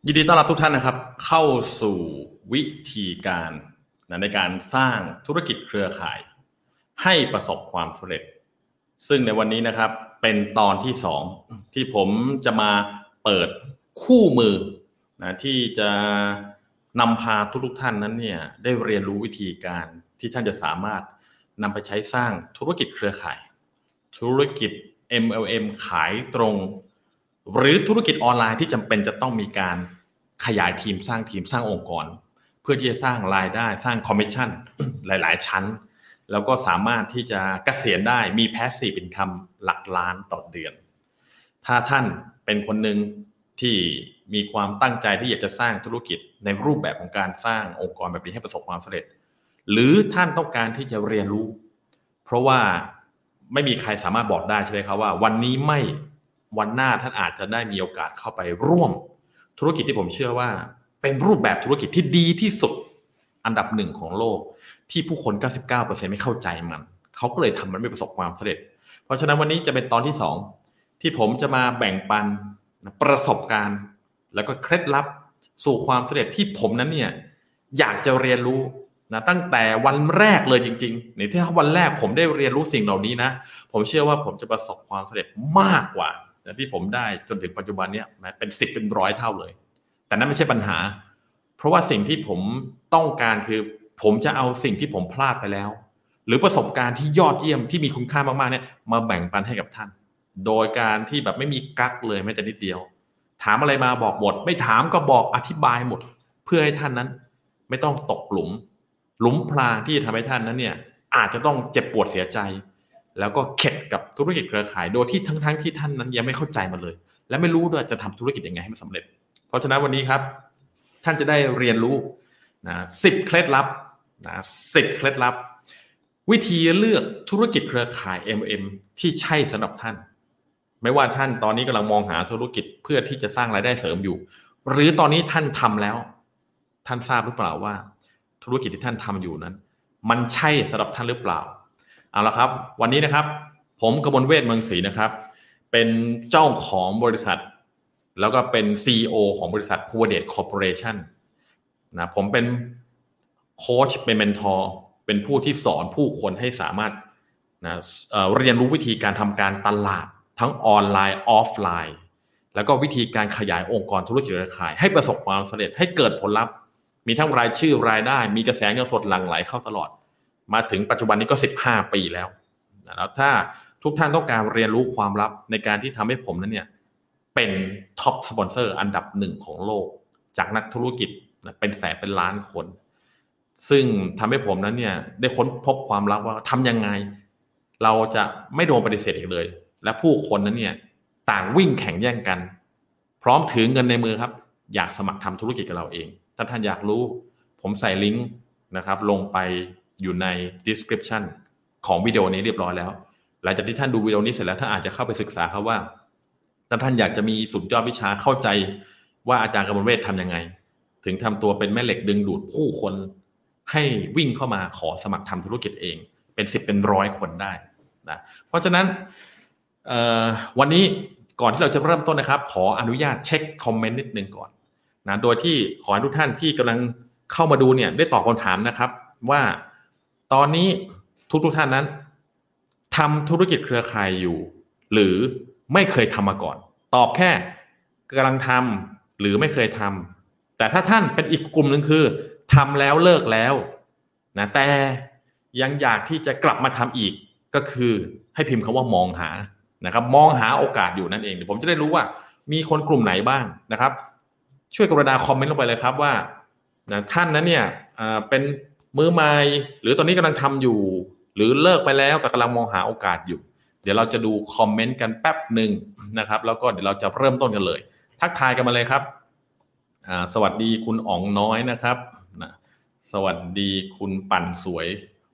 ยินดีต้อนรับทุกท่านนะครับเข้าสู่วิธีการในการสร้างธุรกิจเครือข่ายให้ประสบความสำเร็จซึ่งในวันนี้นะครับเป็นตอนที่2ที่ผมจะมาเปิดคู่มือที่จะนำพาทุกท่านนั้นเนี่ยได้เรียนรู้วิธีการที่ท่านจะสามารถนำไปใช้สร้างธุรกิจเครือข่ายธุรกิจ MLM ขายตรงหรือธุรกิจออนไลน์ที่จำเป็นจะต้องมีการขยายทีมสร้างองค์กรเพื่อที่จะสร้างรายได้สร้างคอมมิชชั่นหลายๆชั้นแล้วก็สามารถที่จะเกษียณได้มี passive income หลักล้านต่อเดือนถ้าท่านเป็นคนหนึ่งที่มีความตั้งใจที่อยากจะสร้างธุรกิจในรูปแบบของการสร้างองค์กรแบบนี้ให้ประสบความสำเร็จหรือท่านต้องการที่จะเรียนรู้เพราะว่าไม่มีใครสามารถบอกได้ใช่ไหมครับว่าวันนี้ไม่วันหน้าท่านอาจจะได้มีโอกาสเข้าไปร่วมธุรกิจที่ผมเชื่อว่าเป็นรูปแบบธุรกิจที่ดีที่สุดอันดับหนึ่งของโลกที่ผู้คน 99% ไม่เข้าใจมันเขาก็เลยทำมันไม่ประสบความสำเร็จเพราะฉะนั้นวันนี้จะเป็นตอนที่2ที่ผมจะมาแบ่งปันประสบการณ์แล้วก็เคล็ดลับสู่ความสำเร็จที่ผมนั้นเนี่ยอยากจะเรียนรู้ตั้งแต่วันแรกเลยจริงๆในที่วันแรกผมได้เรียนรู้สิ่งเหล่านี้นะผมเชื่อว่าผมจะประสบความสำเร็จมากกว่าที่ผมได้จนถึงปัจจุบันนี้เป็น10เป็น100เท่าเลยแต่นั่นไม่ใช่ปัญหาเพราะว่าสิ่งที่ผมต้องการคือผมจะเอาสิ่งที่ผมพลาดไปแล้วหรือประสบการณ์ที่ยอดเยี่ยมที่มีคุณค่ามากๆเนี่ยมาแบ่งปันให้กับท่านโดยการที่แบบไม่มีกั๊กเลยแม้แต่นิดเดียวถามอะไรมาบอกหมดไม่ถามก็บอกอธิบายหมดเพื่อให้ท่านนั้นไม่ต้องตกหลุมพรางที่จะทำให้ท่านนั้นเนี่ยอาจจะต้องเจ็บปวดเสียใจแล้วก็เข็ดกับธุรกิจเครือข่ายโดยที่ทั้งที่ท่านนั้นยังไม่เข้าใจมันเลยและไม่รู้ด้วยจะทำธุรกิจยังไงให้มันสำเร็จเพราะฉะนั้นวันนี้ครับท่านจะได้เรียนรู้10 เคล็ดลับ10 เคล็ดลับวิธีเลือกธุรกิจเครือข่าย MLM ที่ใช่สำหรับท่านไม่ว่าท่านตอนนี้กำลังมองหาธุรกิจเพื่อที่จะสร้างรายได้เสริมอยู่หรือตอนนี้ท่านทำแล้วท่านทราบหรือเปล่าว่าธุรกิจที่ท่านทำอยู่นั้นมันใช่สำหรับท่านหรือเปล่าเอาละครับวันนี้นะครับผมกมลเวชเมืองศรีนะครับเป็นเจ้าของบริษัทแล้วก็เป็น CEO ของบริษัท Purwadate Corporation นะผมเป็นโค้ชเป็นเมนทอร์เป็นผู้ที่สอนผู้คนให้สามารถเรียนรู้วิธีการทำการตลาดทั้งออนไลน์ออฟไลน์แล้วก็วิธีการขยายองค์กรธุรกิจเครือข่ายให้ประสบความสำเร็จให้เกิดผลลัพธ์มีทั้งรายชื่อรายได้มีกระแสเงินสดหลั่งไหลเข้าตลอดมาถึงปัจจุบันนี้ก็15 ปีแล้วถ้าทุกท่านต้องการเรียนรู้ความลับในการที่ทำให้ผมนั้นเนี่ยเป็นท็อปสปอนเซอร์อันดับ1ของโลกจากนักธุรกิจเป็นแสนเป็นล้านคนซึ่งทำให้ผมนั้นเนี่ยได้ค้นพบความลับว่าทำยังไงเราจะไม่โดนปฏิเสธอีกเลยและผู้คนนั้นเนี่ยต่างวิ่งแข่งแย่งกันพร้อมถือเงินในมือครับอยากสมัครทำธุรกิจกับเราเองถ้าท่านอยากรู้ผมใส่ลิงก์นะครับลงไปอยู่ใน description ของวิดีโอนี้เรียบร้อยแล้วหลังจากที่ท่านดูวิดีโอนี้เสร็จแล้วท่านอาจจะเข้าไปศึกษาครับว่าถ้าท่านอยากจะมีสุดยอดวิชาเข้าใจว่าอาจารย์กมลเวชทำยังไงถึงทำตัวเป็นแม่เหล็กดึงดูดผู้คนให้วิ่งเข้ามาขอสมัครทำธุรกิจเองเป็น10เป็น100คนได้นะเพราะฉะนั้นวันนี้ก่อนที่เราจะเริ่มต้นนะครับขออนุญาตเช็คคอมเมนต์นิดนึงก่อนนะโดยที่ขอให้ทุกท่านที่กำลังเข้ามาดูเนี่ยได้ตอบคำถามนะครับว่าตอนนี้ทุกท่านนั้นทำธุรกิจเครือข่ายอยู่หรือไม่เคยทำมาก่อนตอบแค่กำลังทำหรือไม่เคยทำแต่ถ้าท่านเป็นอีกกลุ่มนึงคือทำแล้วเลิกแล้วนะแต่ยังอยากที่จะกลับมาทำอีกก็คือให้พิมพ์คำว่ามองหานะครับมองหาโอกาสอยู่นั่นเองเดี๋ยวผมจะได้รู้ว่ามีคนกลุ่มไหนบ้างนะครับช่วยกรุณาคอมเมนต์ลงไปเลยครับว่าท่านนั้นเนี่ยเป็นมือใหม่หรือตอนนี้กำลังทำอยู่หรือเลิกไปแล้วแต่กำลังมองหาโอกาสอยู่เดี๋ยวเราจะดูคอมเมนต์กันแป๊บหนึ่งนะครับแล้วก็เดี๋ยวเราจะเริ่มต้นกันเลยทักทายกันมาเลยครับสวัสดีคุณอ๋องน้อยนะครับสวัสดีคุณปั่นสวย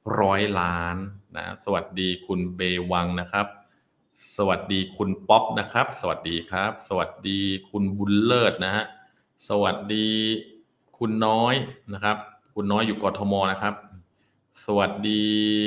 100 ล้านนะสวัสดีคุณเบวังนะครับสวัสดีคุณป๊อปนะครับสวัสดีครับสวัสดีคุณบุญเลิศนะฮะสวัสดีคุณน้อยนะครับคุณน้อยอยู่กทมนะครับสวัสดี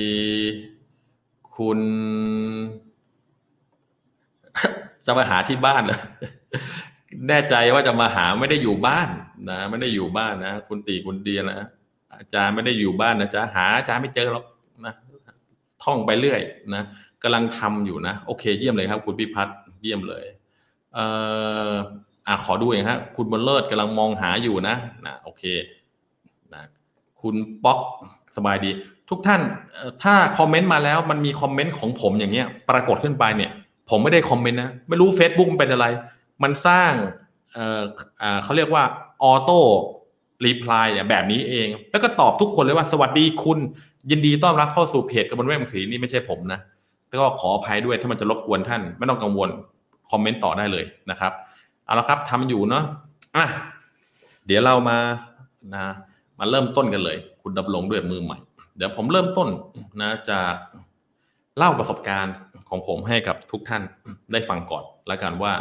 คุณจะมาหาที่บ้านเหรอแน่ใจว่าจะมาหาไม่ได้อยู่บ้านนะไม่ได้อยู่บ้านนะคุณตีคุณเดียนะอาจารย์ไม่ได้อยู่บ้านนะจ๊ะหาอาจารย์ไม่เจอหรอกนะท่องไปเรื่อยนะกำลังทำอยู่นะโอเคเยี่ยมเลยครับคุณพิพัฒน์เยี่ยมเลยเอ่อขอดูอย่างครับคุณบุญเลิศกำลังมองหาอยู่นะโอเคนะคุณป๊อกสบายดีทุกท่านถ้าคอมเมนต์มาแล้วมันมีคอมเมนต์ของผมอย่างเงี้ยปรากฏขึ้นไปเนี่ยผมไม่ได้คอมเมนต์นะไม่รู้ Facebook มันเป็นอะไรมันสร้างเขาเรียกว่าออโต้รีプライเนี่ยแบบนี้เองแล้วก็ตอบทุกคนเลยว่าสวัสดีคุณยินดีต้อนรับเข้าสู่เพจกระบวนแว่นสีนี่ไม่ใช่ผมนะแล้วก็ขออภัยด้วยถ้ามันจะรบกวนท่านไม่ต้องกังวลคอมเมนต์ต่อได้เลยนะครับเอาละครับทำอยู่เนาะเดี๋ยวเรามาเริ่มต้นกันเลยคุณดำรงด้วยมือใหม่เดี๋ยวผมเริ่มต้นนะจากเล่าประสบการณ์ของผมให้กับทุกท่านได้ฟังก่อนแล้วกันว่า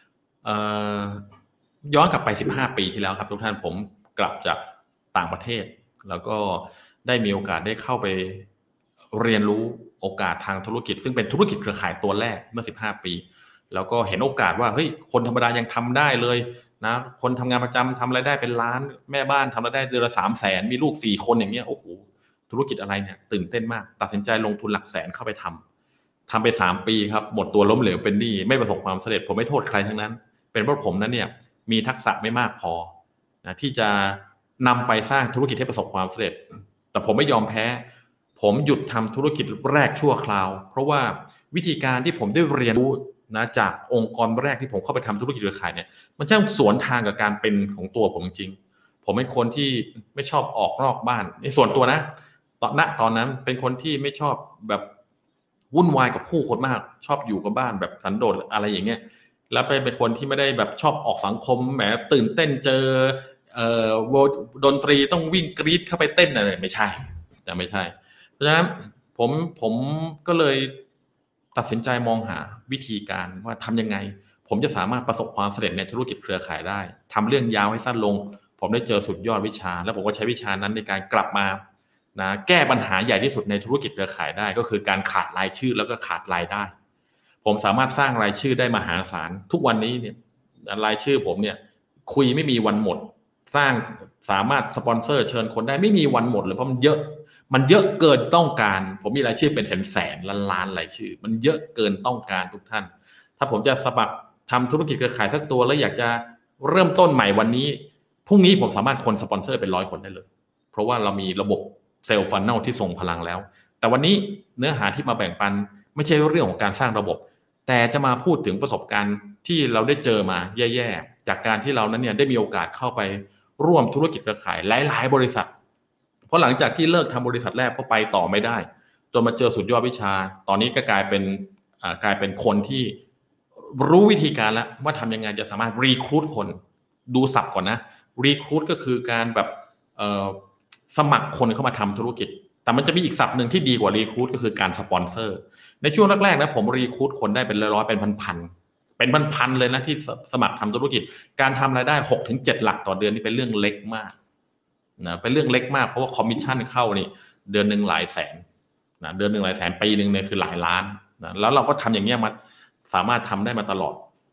ย้อนกลับไป15ปีที่แล้วครับทุกท่านผมกลับจากต่างประเทศแล้วก็ได้มีโอกาสได้เข้าไปเรียนรู้โอกาสทางธุรกิจซึ่งเป็นธุรกิจเครือข่ายตัวแรกเมื่อ15ปีแล้วก็เห็นโอกาสว่าเฮ้ยคนธรรมดายังทำได้เลยนะคนทำงานประจำทำรายได้เป็นล้านแม่บ้านทำรายได้เดือนละ300,000มีลูก4คนอย่างเงี้ยโอ้โหธุรกิจอะไรเนี่ยตื่นเต้นมากตัดสินใจลงทุนหลักแสนเข้าไปทำไป3ปีครับหมดตัวล้มเหลวเป็นหนี้ไม่ประสบความสำเร็จผมไม่โทษใครทั้งนั้นเป็นเพราะผมนั้นเนี่ยมีทักษะไม่มากพอนะที่จะนำไปสร้างธุรกิจให้ประสบความสำเร็จแต่ผมไม่ยอมแพ้ผมหยุดทำธุรกิจแรกชั่วคราวเพราะว่าวิธีการที่ผมได้เรียนรู้นะจากองค์กรแรกที่ผมเข้าไปทำธุรกิจเครือข่ายเนี่ยมันช่างสวนทางกับการเป็นของตัวผมจริงผมเป็นคนที่ไม่ชอบออกนอกบ้านในส่วนตัวนะตอนนั้นเป็นคนที่ไม่ชอบแบบวุ่นวายกับผู้คนมากชอบอยู่กับบ้านแบบสันโดษอะไรอย่างเงี้ยแล้วเป็นคนที่ไม่ได้แบบชอบออกสังคมแหมตื่นเต้นเจอดนตรีต้องวิ่งกรี๊ดเข้าไปเต้นอะไรไม่ใช่แต่ไม่ใช่เพราะฉะนั้นผมก็เลยตัดสินใจมองหาวิธีการว่าทำยังไงผมจะสามารถประสบความสำเร็จในธุรกิจเครือข่ายได้ทำเรื่องยาวให้สั้นลงผมได้เจอสุดยอดวิชาแล้วผมก็ใช้วิชานั้นในการกลับมานะแก้ปัญหาใหญ่ที่สุดในธุรกิจเครือข่ายได้ก็คือการขาดรายชื่อแล้วก็ขาดรายได้ผมสามารถสร้างรายชื่อได้มหาศาลทุกวันนี้เนี่ยรายชื่อผมเนี่ยคุยไม่มีวันหมดสามารถสปอนเซอร์เชิญคนได้ไม่มีวันหมดเลยเพราะมันเยอะเกินต้องการผมมีรายชื่อเป็นแสนล้านรายชื่อมันเยอะเกินต้องการทุกท่านถ้าผมจะสมัครทำธุรกิจเครือข่ายสักตัวแล้วอยากจะเริ่มต้นใหม่วันนี้พรุ่งนี้ผมสามารถคนสปอนเซอร์เป็น100 คนได้เลยเพราะว่าเรามีระบบเซลล์ฟันเนลที่ทรงพลังแล้วแต่วันนี้เนื้อหาที่มาแบ่งปันไม่ใช่เรื่องของการสร้างระบบแต่จะมาพูดถึงประสบการณ์ที่เราได้เจอมาแย่ๆจากการที่เรานั้นเนี่ยได้มีโอกาสเข้าไปร่วมธุรกิจเครือข่ายหลายๆบริษัทเพราะหลังจากที่เลิกทำบริษัทแรกเพราะไปต่อไม่ได้จนมาเจอสุดยอดวิชาตอนนี้ก็กลายเป็นคนที่รู้วิธีการแล้วว่าทำยังไงจะสามารถรีครูทคนดูศัพท์ก่อนนะรีครูทก็คือการแบบสมัครคนเข้ามาทำธุรกิจแต่มันจะมีอีกศัพท์หนึ่งที่ดีกว่ารีครูทก็คือการสปอนเซอร์ในช่วงแรกๆนะผมรีครูทคนได้เป็นร้อยเป็นพันเลยนะที่สมัครทำธุรกิจการทำรายได้ 6-7 หลักต่อเดือนนี่เป็นเรื่องเล็กมากนะเป็นเรื่องเล็กมากเพราะว่าคอมมิชชั่นเข้านี่เดือนนึงหลายแสนนะเดือนนึงหลายแสนปีนึงเนี่ยคือหลายล้านนะแล้วเราก็ทำอย่างเงี้ยมาสามารถทำได้มาตลอด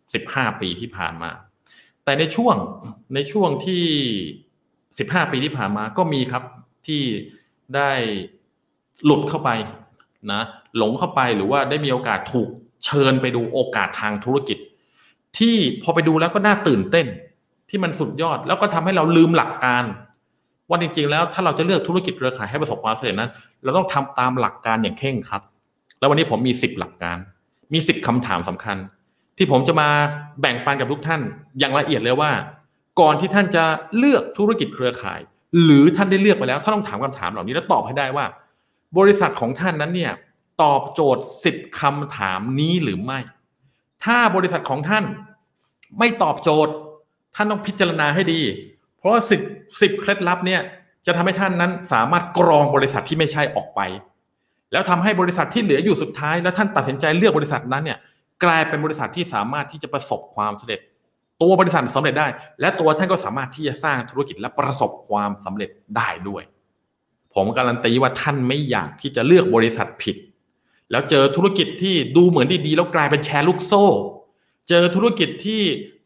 15ปีที่ผ่านมาแต่ในช่วงที่15ปีที่ผ่านมาก็มีครับที่ได้หลุดเข้าไปนะหลงเข้าไปหรือว่าได้มีโอกาสถูกเชิญไปดูโอกาสทางธุรกิจที่พอไปดูแล้วก็น่าตื่นเต้นที่มันสุดยอดแล้วก็ทำให้เราลืมหลักการว่าจริงๆแล้วถ้าเราจะเลือกธุรกิจเครือข่ายให้ประสบความสำเร็จนั้นเราต้องทำตามหลักการอย่างเคร่งครัดแล้ววันนี้ผมมี10หลักการมี10คำถามสำคัญที่ผมจะมาแบ่งปันกับทุกท่านอย่างละเอียดเลยว่าก่อนที่ท่านจะเลือกธุรกิจเครือข่ายหรือท่านได้เลือกไปแล้วท่านต้องถามคำถามเหล่านี้แล้วตอบให้ได้ว่าบริษัทของท่านนั้นเนี่ยตอบโจทย์10คำถามนี้หรือไม่ถ้าบริษัทของท่านไม่ตอบโจทย์ท่านต้องพิจารณาให้ดีเพราะว่า10เคล็ดลับเนี่ยจะทำให้ท่านนั้นสามารถกรองบริษัทที่ไม่ใช่ออกไปแล้วทำให้บริษัทที่เหลืออยู่สุดท้ายแล้วท่านตัดสินใจเลือกบริษัทนั้นเนี่ยกลายเป็นบริษัทที่สามารถที่จะประสบความสำเร็จตัวบริษัทสำเร็จได้และตัวท่านก็สามารถที่จะสร้างธุรกิจและประสบความสำเร็จได้ด้วยผมการันตีว่าท่านไม่อยากที่จะเลือกบริษัทผิดแล้วเจอธุรกิจที่ดูเหมือนดีๆแล้วกลายเป็นแชร์ลูกโซ่เจอธุรกิจที่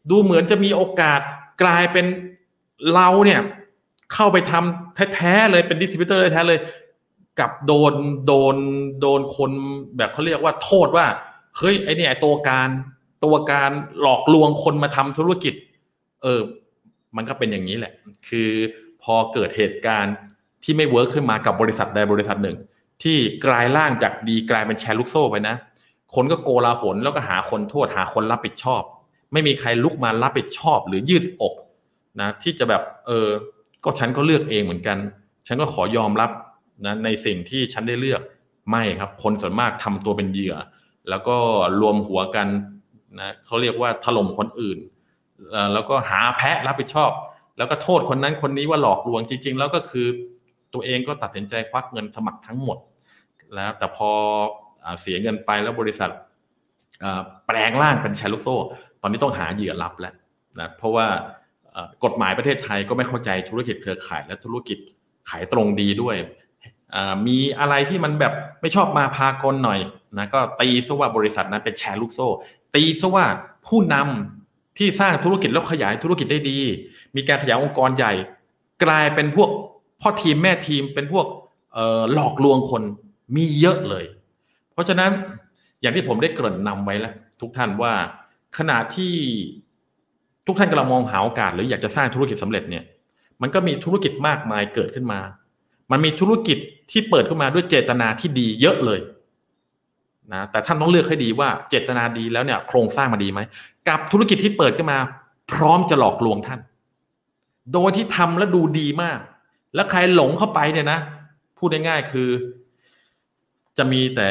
ดูเหมือนจะมีโอกาสกลายเป็นเราเนี่ยเข้าไปทำแท้ๆเลยเป็นดิสทริบิวเตอร์แท้ๆเลยกับโดนคนแบบเขาเรียกว่าโทษว่าเฮ้ยไอ้นี่ไอ้ตัวการหลอกลวงคนมาทำธุรกิจมันก็เป็นอย่างนี้แหละคือพอเกิดเหตุการณ์ที่ไม่เวิร์คขึ้นมากับบริษัทใดบริษัทหนึ่งที่กลายร่างจากดีกลายเป็นแชร์ลูกโซ่ไปนะคนก็โกลาหลแล้วก็หาคนโทษหาคนรับผิดชอบไม่มีใครลุกมารับผิดชอบหรือยืดอกนะที่จะแบบก็ฉันก็เลือกเองเหมือนกันฉันก็ขอยอมรับนะในสิ่งที่ฉันได้เลือกไม่ครับคนส่วนมากทำตัวเป็นเหยื่อแล้วก็รวมหัวกันนะเขาเรียกว่าถล่มคนอื่นแล้วก็หาแพะรับผิดชอบแล้วก็โทษคนนั้นคนนี้ว่าหลอกลวงจริงๆแล้วก็คือตัวเองก็ตัดสินใจควักเงินสมัครทั้งหมดแล้วแต่พอเสียเงินไปแล้วบริษัทแปลงร่างเป็นแชร์ลูกโซ่ตอนนี้ต้องหาเหยื่อรับแล้วนะเพราะว่ากฎหมายประเทศไทยก็ไม่เข้าใจธุรกิจเครือข่ายและธุรกิจขายตรงดีด้วยมีอะไรที่มันแบบไม่ชอบมาพากลหน่อยนะก็ตีซะว่าบริษัทนั้นเป็นแชร์ลูกโซ่ตีซะว่าผู้นำที่สร้างธุรกิจแล้วขยายธุรกิจได้ดีมีการขยายองค์กรใหญ่กลายเป็นพวกพ่อทีมแม่ทีมเป็นพวกหลอกลวงคนมีเยอะเลยเพราะฉะนั้นอย่างที่ผมได้เกริ่นนำไว้แล้วทุกท่านว่าขณะที่ทุกท่านกำลังมองหาโอกาสหรืออยากจะสร้างธุรกิจสำเร็จเนี่ยมันก็มีธุรกิจมากมายเกิดขึ้นมามันมีธุรกิจที่เปิดขึ้นมาด้วยเจตนาที่ดีเยอะเลยนะแต่ท่านต้องเลือกให้ดีว่าเจตนาดีแล้วเนี่ยโครงสร้างมาดีไหมกับธุรกิจที่เปิดขึ้นมาพร้อมจะหลอกลวงท่านโดยที่ทำแล้วดูดีมากแล้วใครหลงเข้าไปเนี่ยนะพูดง่ายๆคือจะมีแต่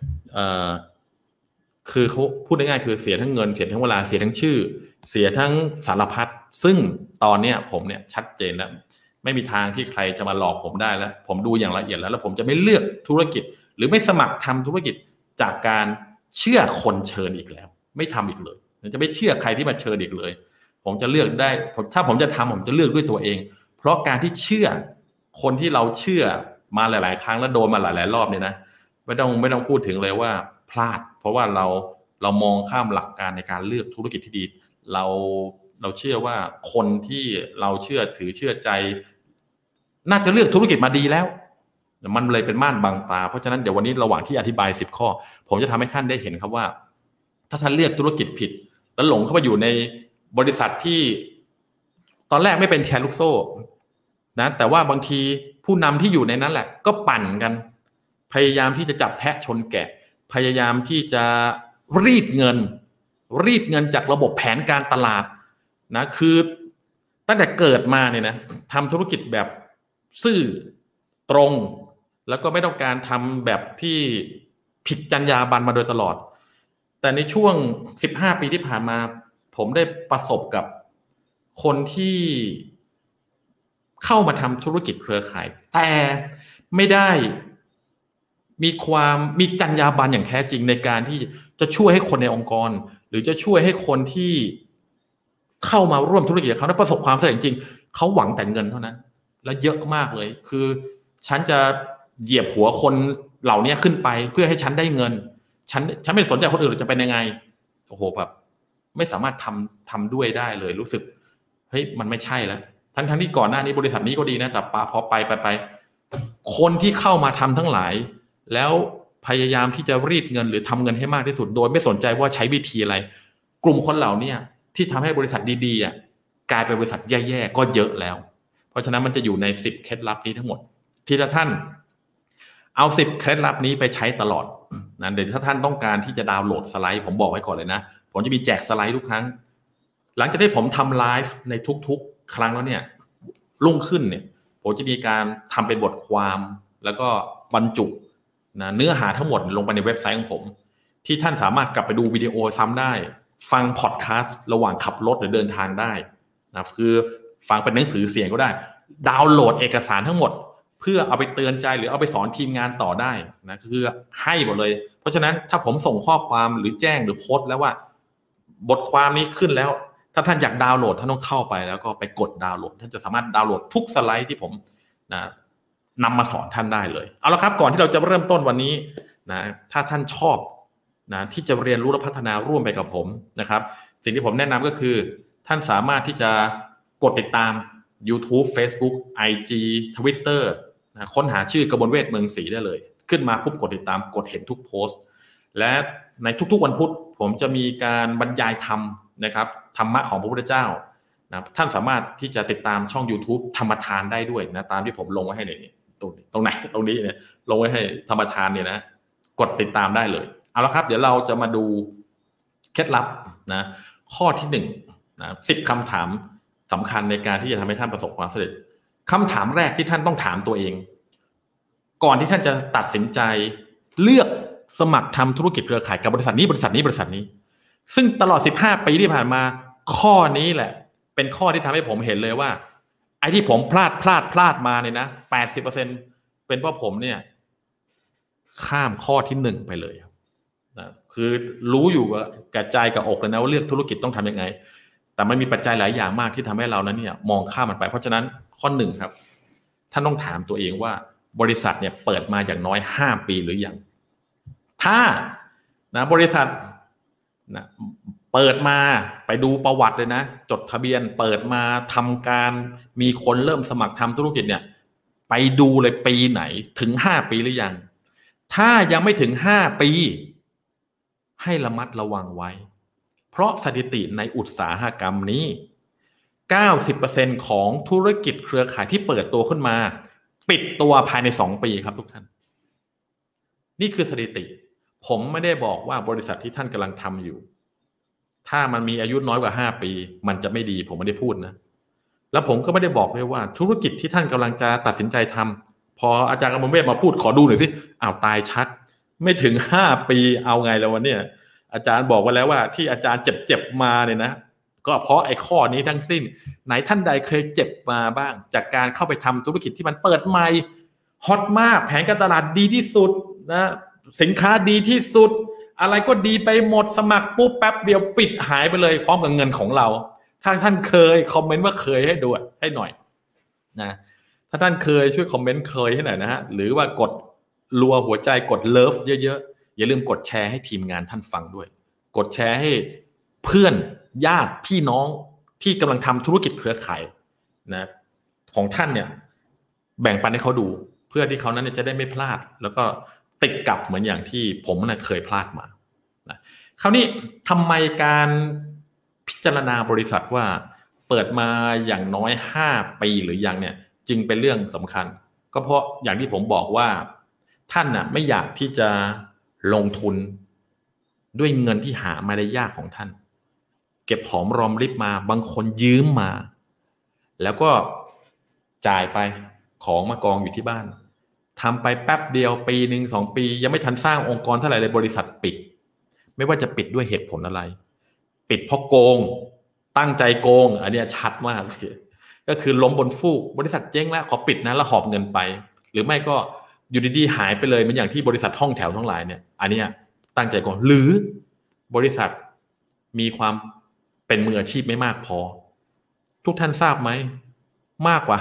คือเขาพูดง่ายๆคือเสียทั้งเงินเสียทั้งเวลาเสียทั้งชื่อเสียทั้งสารพัดซึ่งตอนเนี้ยผมเนี่ยชัดเจนแล้วไม่มีทางที่ใครจะมาหลอกผมได้แล้วผมดูอย่างละเอียดแล้วผมจะไม่เลือกธุรกิจหรือไม่สมัครทำธุรกิจจากการเชื่อคนเชิญอีกแล้วไม่ทำอีกเลยจะไม่เชื่อใครที่มาเชิญอีกเลยผมจะเลือกได้ถ้าผมจะทำผมจะเลือกด้วยตัวเองเพราะการที่เชื่อคนที่เราเชื่อมาหลายๆครั้งแล้วโดนมาหลายๆรอบเนี่ยนะไม่ต้องพูดถึงเลยว่าพลาดเพราะว่าเรามองข้ามหลักการในการเลือกธุรกิจที่ดีเราเชื่อว่าคนที่เราเชื่อถือเชื่อใจน่าจะเลือกธุรกิจมาดีแล้วมันเลยเป็นม่านบังตาเพราะฉะนั้นเดี๋ยววันนี้ระหว่างที่อธิบาย10ข้อผมจะทำให้ท่านได้เห็นครับว่าถ้าท่านเลือกธุรกิจผิดแล้วหลงเข้าไปอยู่ในบริษัทที่ตอนแรกไม่เป็นแชร์ลูกโซ่นะแต่ว่าบางทีผู้นำที่อยู่ในนั้นแหละก็ปั่นกันพยายามที่จะจับแพะชนแกะพยายามที่จะรีดเงินจากระบบแผนการตลาดนะคือตั้งแต่เกิดมาเนี่ยนะทำธุรกิจแบบซื่อตรงแล้วก็ไม่ต้องการทำแบบที่ผิดจรรยาบรรณมาโดยตลอดแต่ในช่วง15 ปีที่ผ่านมาผมได้ประสบกับคนที่เข้ามาทำธุรกิจเครือข่ายแต่ไม่ได้มีจรรยาบรรณอย่างแท้จริงในการที่จะช่วยให้คนในองค์กรหรือจะช่วยให้คนที่เข้ามาร่วมธุรกิจเขาได้ประสบความสำเร็จจริงเขาหวังแต่เงินเท่านั้นและเยอะมากเลยคือฉันจะเหยียบหัวคนเหล่านี้ขึ้นไปเพื่อให้ฉันได้เงินฉันไม่สนใจคนอื่นจะเป็นยังไงโอ้โหแบบไม่สามารถทำด้วยได้เลยรู้สึกเฮ้ยมันไม่ใช่แล้วทั้งที่ก่อนหน้านี้บริษัทนี้ก็ดีนะแต่พอไปคนที่เข้ามาทำทั้งหลายแล้วพยายามที่จะรีดเงินหรือทำเงินให้มากที่สุดโดยไม่สนใจว่าใช้วิธีอะไรกลุ่มคนเหล่านี้ที่ทำให้บริษัทดีๆกลายเป็นบริษัทแย่ๆก็เยอะแล้วเพราะฉะนั้นมันจะอยู่ใน10เคล็ดลับนี้ทั้งหมดที่ท่านเอา10เคล็ดลับนี้ไปใช้ตลอดนะเดี๋ยวถ้าท่านต้องการที่จะดาวน์โหลดสไลด์ผมบอกไว้ก่อนเลยนะผมจะมีแจกสไลด์ทุกครั้งหลังจากที่ผมทำไลฟ์ในทุกๆครั้งแล้วเนี่ยรุ่งขึ้นเนี่ยผมจะมีการทำเป็นบทความแล้วก็บรรจุนะเนื้อหาทั้งหมดลงไปในเว็บไซต์ของผมที่ท่านสามารถกลับไปดูวิดีโอซ้ำได้ฟังพอดแคสต์ระหว่างขับรถหรือเดินทางได้นะคือฟังเป็นหนังสือเสียงก็ได้ดาวน์โหลดเอกสารทั้งหมดเพื่อเอาไปเตือนใจหรือเอาไปสอนทีมงานต่อได้นะคือให้หมดเลยเพราะฉะนั้นถ้าผมส่งข้อความหรือแจ้งหรือโพสต์แล้วว่าบทความนี้ขึ้นแล้วถ้าท่านอยากดาวน์โหลดท่านต้องเข้าไปแล้วก็ไปกดดาวน์โหลดท่านจะสามารถดาวน์โหลดทุกสไลด์ที่ผมนะนำมาสอนท่านได้เลยเอาละครับก่อนที่เราจะเริ่มต้นวันนี้นะถ้าท่านชอบนะที่จะเรียนรู้และพัฒนาร่วมไปกับผมนะครับสิ่งที่ผมแนะนำก็คือท่านสามารถที่จะกดติดตาม YouTube Facebook IG Twitter นะค้นหาชื่อกบลเวทเมืองศรีได้เลยขึ้นมาปุ๊บกดติดตามกดเห็นทุกโพสต์และในทุกๆวันพุธผมจะมีการบรรยายธรรมนะครับธรรมะของพระพุทธเจ้านะท่านสามารถที่จะติดตามช่อง YouTube ธรรมทานได้ด้วยนะตามที่ผมลงไว้ให้ในนี้ตรงไหนตรงนี้เนี่ยลงไว้ให้ธรรมทานเนี่ยนะกดติดตามได้เลยเอาละครับเดี๋ยวเราจะมาดูเคล็ดลับนะข้อที่1นะ10 คำถามสำคัญในการที่จะทำให้ท่านประสบความสำเร็จคำถามแรกที่ท่านต้องถามตัวเองก่อนที่ท่านจะตัดสินใจเลือกสมัครทำธุรกิจเครือข่ายกับบริษัทนี้ซึ่งตลอด15 ปีที่ผ่านมาข้อนี้แหละเป็นข้อที่ทำให้ผมเห็นเลยว่าไอ้ที่ผมพลาดมาเนี่ยนะ 80% เป็นเพราะผมเนี่ยข้ามข้อที่1ไปเลยนะคือรู้อยู่กับใจกับอกเลยนะว่าเลือกธุรกิจต้องทำยังไงแต่มันมีปัจจัยหลายอย่างมากที่ทำให้เรานั้นเนี่ยมองข้ามมันไปเพราะฉะนั้นข้อ1ครับท่านต้องถามตัวเองว่าบริษัทเนี่ยเปิดมาอย่างน้อย5 ปีหรือยังถ้านะบริษัทนะเปิดมาไปดูประวัติเลยนะจดทะเบียนเปิดมาทำการมีคนเริ่มสมัครทำธุรกิจเนี่ยไปดูเลยปีไหนถึง5 ปีหรือยังถ้ายังไม่ถึง5 ปีให้ระมัดระวังไว้เพราะสถิติในอุตสาหกรรมนี้ 90% ของธุรกิจเครือข่ายที่เปิดตัวขึ้นมาปิดตัวภายใน2 ปีครับทุกท่านนี่คือสถิติผมไม่ได้บอกว่าบริษัทที่ท่านกำลังทำอยู่ถ้ามันมีอายุน้อยกว่า5 ปีมันจะไม่ดีผมไม่ได้พูดนะแล้วผมก็ไม่ได้บอกเลยว่าธุรกิจที่ท่านกำลังจะตัดสินใจทำพออาจารย์กมลเวทมาพูดขอดูหน่อยสิอ้าวตายชักไม่ถึง5 ปีเอาไงแล้ววันนี้อาจารย์บอกไว้แล้วว่าที่อาจารย์เจ็บมาเนี่ยนะก็เพราะไอ้ข้อนี้ทั้งสิ้นไหนท่านใดเคยเจ็บมาบ้างจากการเข้าไปทำธุรกิจที่มันเปิดใหม่ฮอตมากแผนการตลาดดีที่สุดนะสินค้าดีที่สุดอะไรก็ดีไปหมดสมัครปุ๊บแป๊บเดียวปิดหายไปเลยพร้อมกับเงินของเราถ้าท่านเคยคอมเมนต์ว่าเคยให้ดูให้หน่อยนะถ้าท่านเคยช่วยคอมเมนต์เคยให้หน่อยนะฮะหรือว่ากดรัวหัวใจกดเลิฟเยอะๆอย่าลืมกดแชร์ให้ทีมงานท่านฟังด้วยกดแชร์ให้เพื่อนญาติพี่น้องที่กำลังทำธุรกิจเครือข่ายนะของท่านเนี่ยแบ่งปันให้เขาดูเพื่อที่เขานั้นจะได้ไม่พลาดแล้วก็ติดกับเหมือนอย่างที่ผมเคยพลาดมานะคราวนี้ทำไมการพิจารณาบริษัทว่าเปิดมาอย่างน้อย5 ปีหรือยังเนี่ยจึงเป็นเรื่องสำคัญก็เพราะอย่างที่ผมบอกว่าท่านไม่อยากที่จะลงทุนด้วยเงินที่หามาได้ยากของท่านเก็บหอมรอมริบมาบางคนยืมมาแล้วก็จ่ายไปของมากองอยู่ที่บ้านทำไปแป๊บเดียวปีนึง2 ปียังไม่ทันสร้างองค์กรเท่าไหร่เลยบริษัทปิดไม่ว่าจะปิดด้วยเหตุผลอะไรปิดเพราะโกงตั้งใจโกงอันนี้ชัดมากเลยก็คือล้มบนฟูกบริษัทเจ๊งแล้วขอปิดนะแล้วหอบเงินไปหรือไม่ก็อยู่ดีๆหายไปเลยเหมือนอย่างที่บริษัทห้องแถวทั้งหลายเนี่ยอันนี้ตั้งใจโกงหรือบริษัทมีความเป็นมืออาชีพไม่มากพอทุกท่านทราบไหมมากกว่า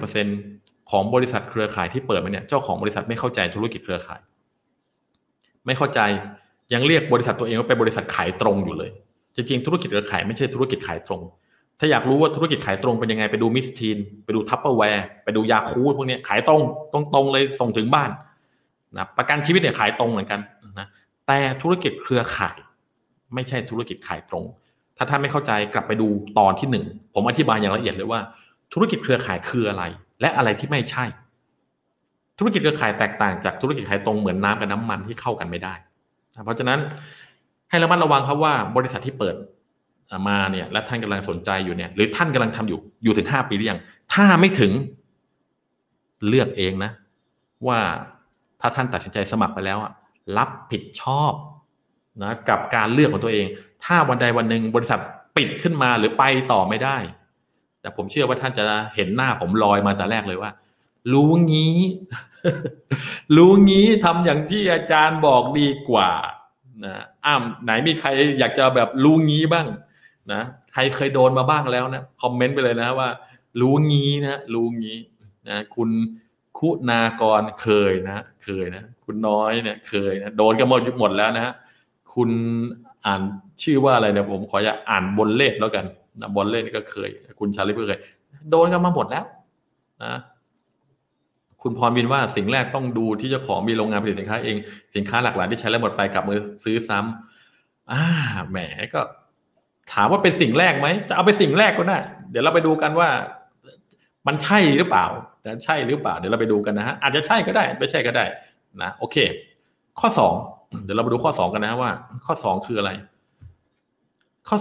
50% ของบริษัทเครือข่ายที่เปิดมาเนี่ยเจ้าของบริษัทไม่เข้าใจธุรกิจเครือข่ายไม่เข้าใจยังเรียกบริษัทตัวเองว่าเป็นบริษัทขายตรงอยู่เลยจริงๆธุรกิจเครือข่ายไม่ใช่ธุรกิจขายตรงถ้าอยากรู้ว่าธุรกิจขายตรงเป็นยังไงไปดูมิสทีนไปดูทัพเปอร์แวร์ไปดูยาคูพวกนี้ขายตรงเลยส่งถึงบ้านนะประกันชีวิตเนี่ยขายตรงเหมือนกันนะแต่ธุรกิจเครือข่ายไม่ใช่ธุรกิจขายตรงถ้าท่านไม่เข้าใจกลับไปดูตอนที่1ผมอธิบายอย่างละเอียดเลยว่าธุรกิจเครือข่ายคืออะไรและอะไรที่ไม่ใช่ธุรกิจเครือข่ายแตกต่างจากธุรกิจขายตรงเหมือนน้ำกับน้ำมันที่เข้ากันไม่ได้เพราะฉะนั้นให้ระมัดระวังครับว่าบริษัทที่เปิดมาเนี่ยและท่านกำลังสนใจอยู่เนี่ยหรือท่านกำลังทำอยู่ถึง5 ปีหรือยังถ้าไม่ถึงเลือกเองนะว่าถ้าท่านตัดสินใจสมัครไปแล้วรับผิดชอบนะกับการเลือกของตัวเองถ้าวันใดวันหนึ่งบริษัทปิดขึ้นมาหรือไปต่อไม่ได้แต่ผมเชื่อว่าท่านจะเห็นหน้าผมลอยมาแต่แรกเลยว่ารู้งี้ รู้งี้ทำอย่างที่อาจารย์บอกดีกว่านะไหนมีใครอยากจะแบบรู้งี้บ้างนะใครเคยโดนมาบ้างแล้วนะคอมเมนต์ไปเลยนะว่ารู้งี้นะรู้งี้นะคุณคุณากรเคยนะคุณน้อยเนี่ยเคยนะโดนกันหมดแล้วนะคุณอ่านชื่อว่าอะไรเนี่ยผมขออย่าอ่านบนเลขแล้วกันนะบนเลขนี่ก็เคยคุณชาลิปก็เคยโดนกันมาหมดแล้วนะคุณพรวินว่าสิ่งแรกต้องดูที่เจ้าของมีโรงงานผลิตสินค้าเองสินค้าหลากหลายที่ใช้แล้วหมดไปกลับมือซื้อซ้ำแหมก็ถามว่าเป็นสิ่งแรกไหมจะเอาไปสิ่งแรกก็ได้เดี๋ยวเราไปดูกันว่ามันใช่หรือเปล่าจะใช่หรือเปล่าเดี๋ยวเราไปดูกันนะฮะอาจจะใช่ก็ได้ไม่ใช่ก็ได้นะโอเคข้อ2เดี๋ยวเรามาดูข้อ2กันนะว่าข้อ2คืออะไรข้อ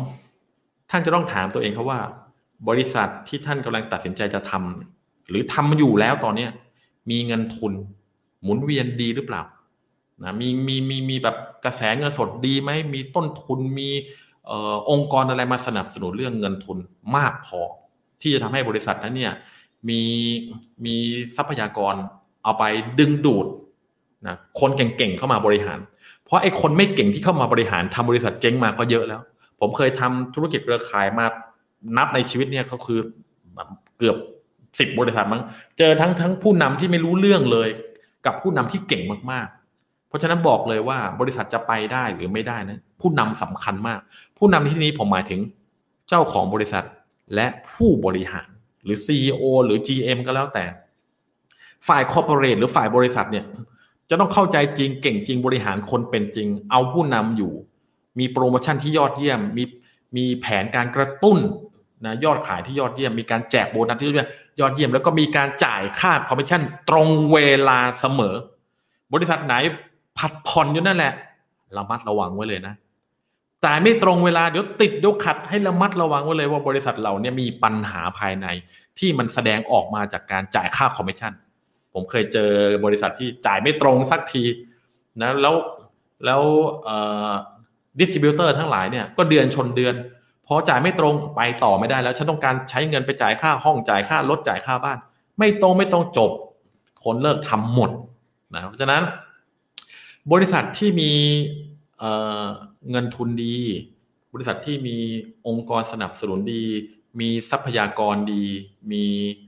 2ท่านจะต้องถามตัวเองครับว่าบริษัทที่ท่านกำลังตัดสินใจจะทำหรือทำอยู่แล้วตอนนี้มีเงินทุนหมุนเวียนดีหรือเปล่านะมีแบบกระแสเงินสดดีไหมมีต้นทุนมีองค์กรอะไรมาสนับสนุนเรื่องเงินทุนมากพอที่จะทำให้บริษัทนั้นเนี่ยมีทรัพยากรเอาไปดึงดูดนะคนเก่งๆเข้ามาบริหารเพราะไอ้คนไม่เก่งที่เข้ามาบริหารทำบริษัทเจ๊งมาก็เยอะแล้วผมเคยทำธุรกิจเครือข่ายมานับในชีวิตเนี่ยก็คือเกือบ10 บริษัทมั้งเจอทั้งผู้นำที่ไม่รู้เรื่องเลยกับผู้นำที่เก่งมากๆเพราะฉะนั้นบอกเลยว่าบริษัทจะไปได้หรือไม่ได้นะผู้นำสำคัญมากผู้นำในที่นี้ผมหมายถึงเจ้าของบริษัทและผู้บริหารหรือ CEO หรือ GM ก็แล้วแต่ฝ่ายคอร์ปอเรทหรือฝ่ายบริษัทเนี่ยจะต้องเข้าใจจริงเก่งจริงบริหารคนเป็นจริงเอาผู้นำอยู่มีโปรโมชั่นที่ยอดเยี่ยมมีแผนการกระตุ้นนะยอดขายที่ยอดเยี่ยมมีการแจกโบนัสที่ยอดเยี่ยมแล้วก็มีการจ่ายค่าคอมมิชชั่นตรงเวลาเสมอบริษัทไหนผัดผ่อนอยู่นั่นแหละระมัดระวังไว้เลยนะจ่ายไม่ตรงเวลาเดี๋ยวติดเดี๋ยวขัดให้ระมัดระวังไว้เลยว่าบริษัทเราเนี่ยมีปัญหาภายในที่มันแสดงออกมาจากการจ่ายค่าคอมมิชชั่นผมเคยเจอบริษัทที่จ่ายไม่ตรงสักทีนะแล้วดิสทริบิวเตอร์ทั้งหลายเนี่ยก็เดือนชนเดือนพอจ่ายไม่ตรงไปต่อไม่ได้แล้วฉันต้องการใช้เงินไปจ่ายค่าห้องจ่ายค่ารถจ่ายค่าบ้านไม่ตรงจบคนเลิกทำหมดนะเพราะฉะนั้นบริษัทที่มีเงินทุนดีบริษัทที่มีองค์กรสนับสนุนดีมีทรัพยากรดีมี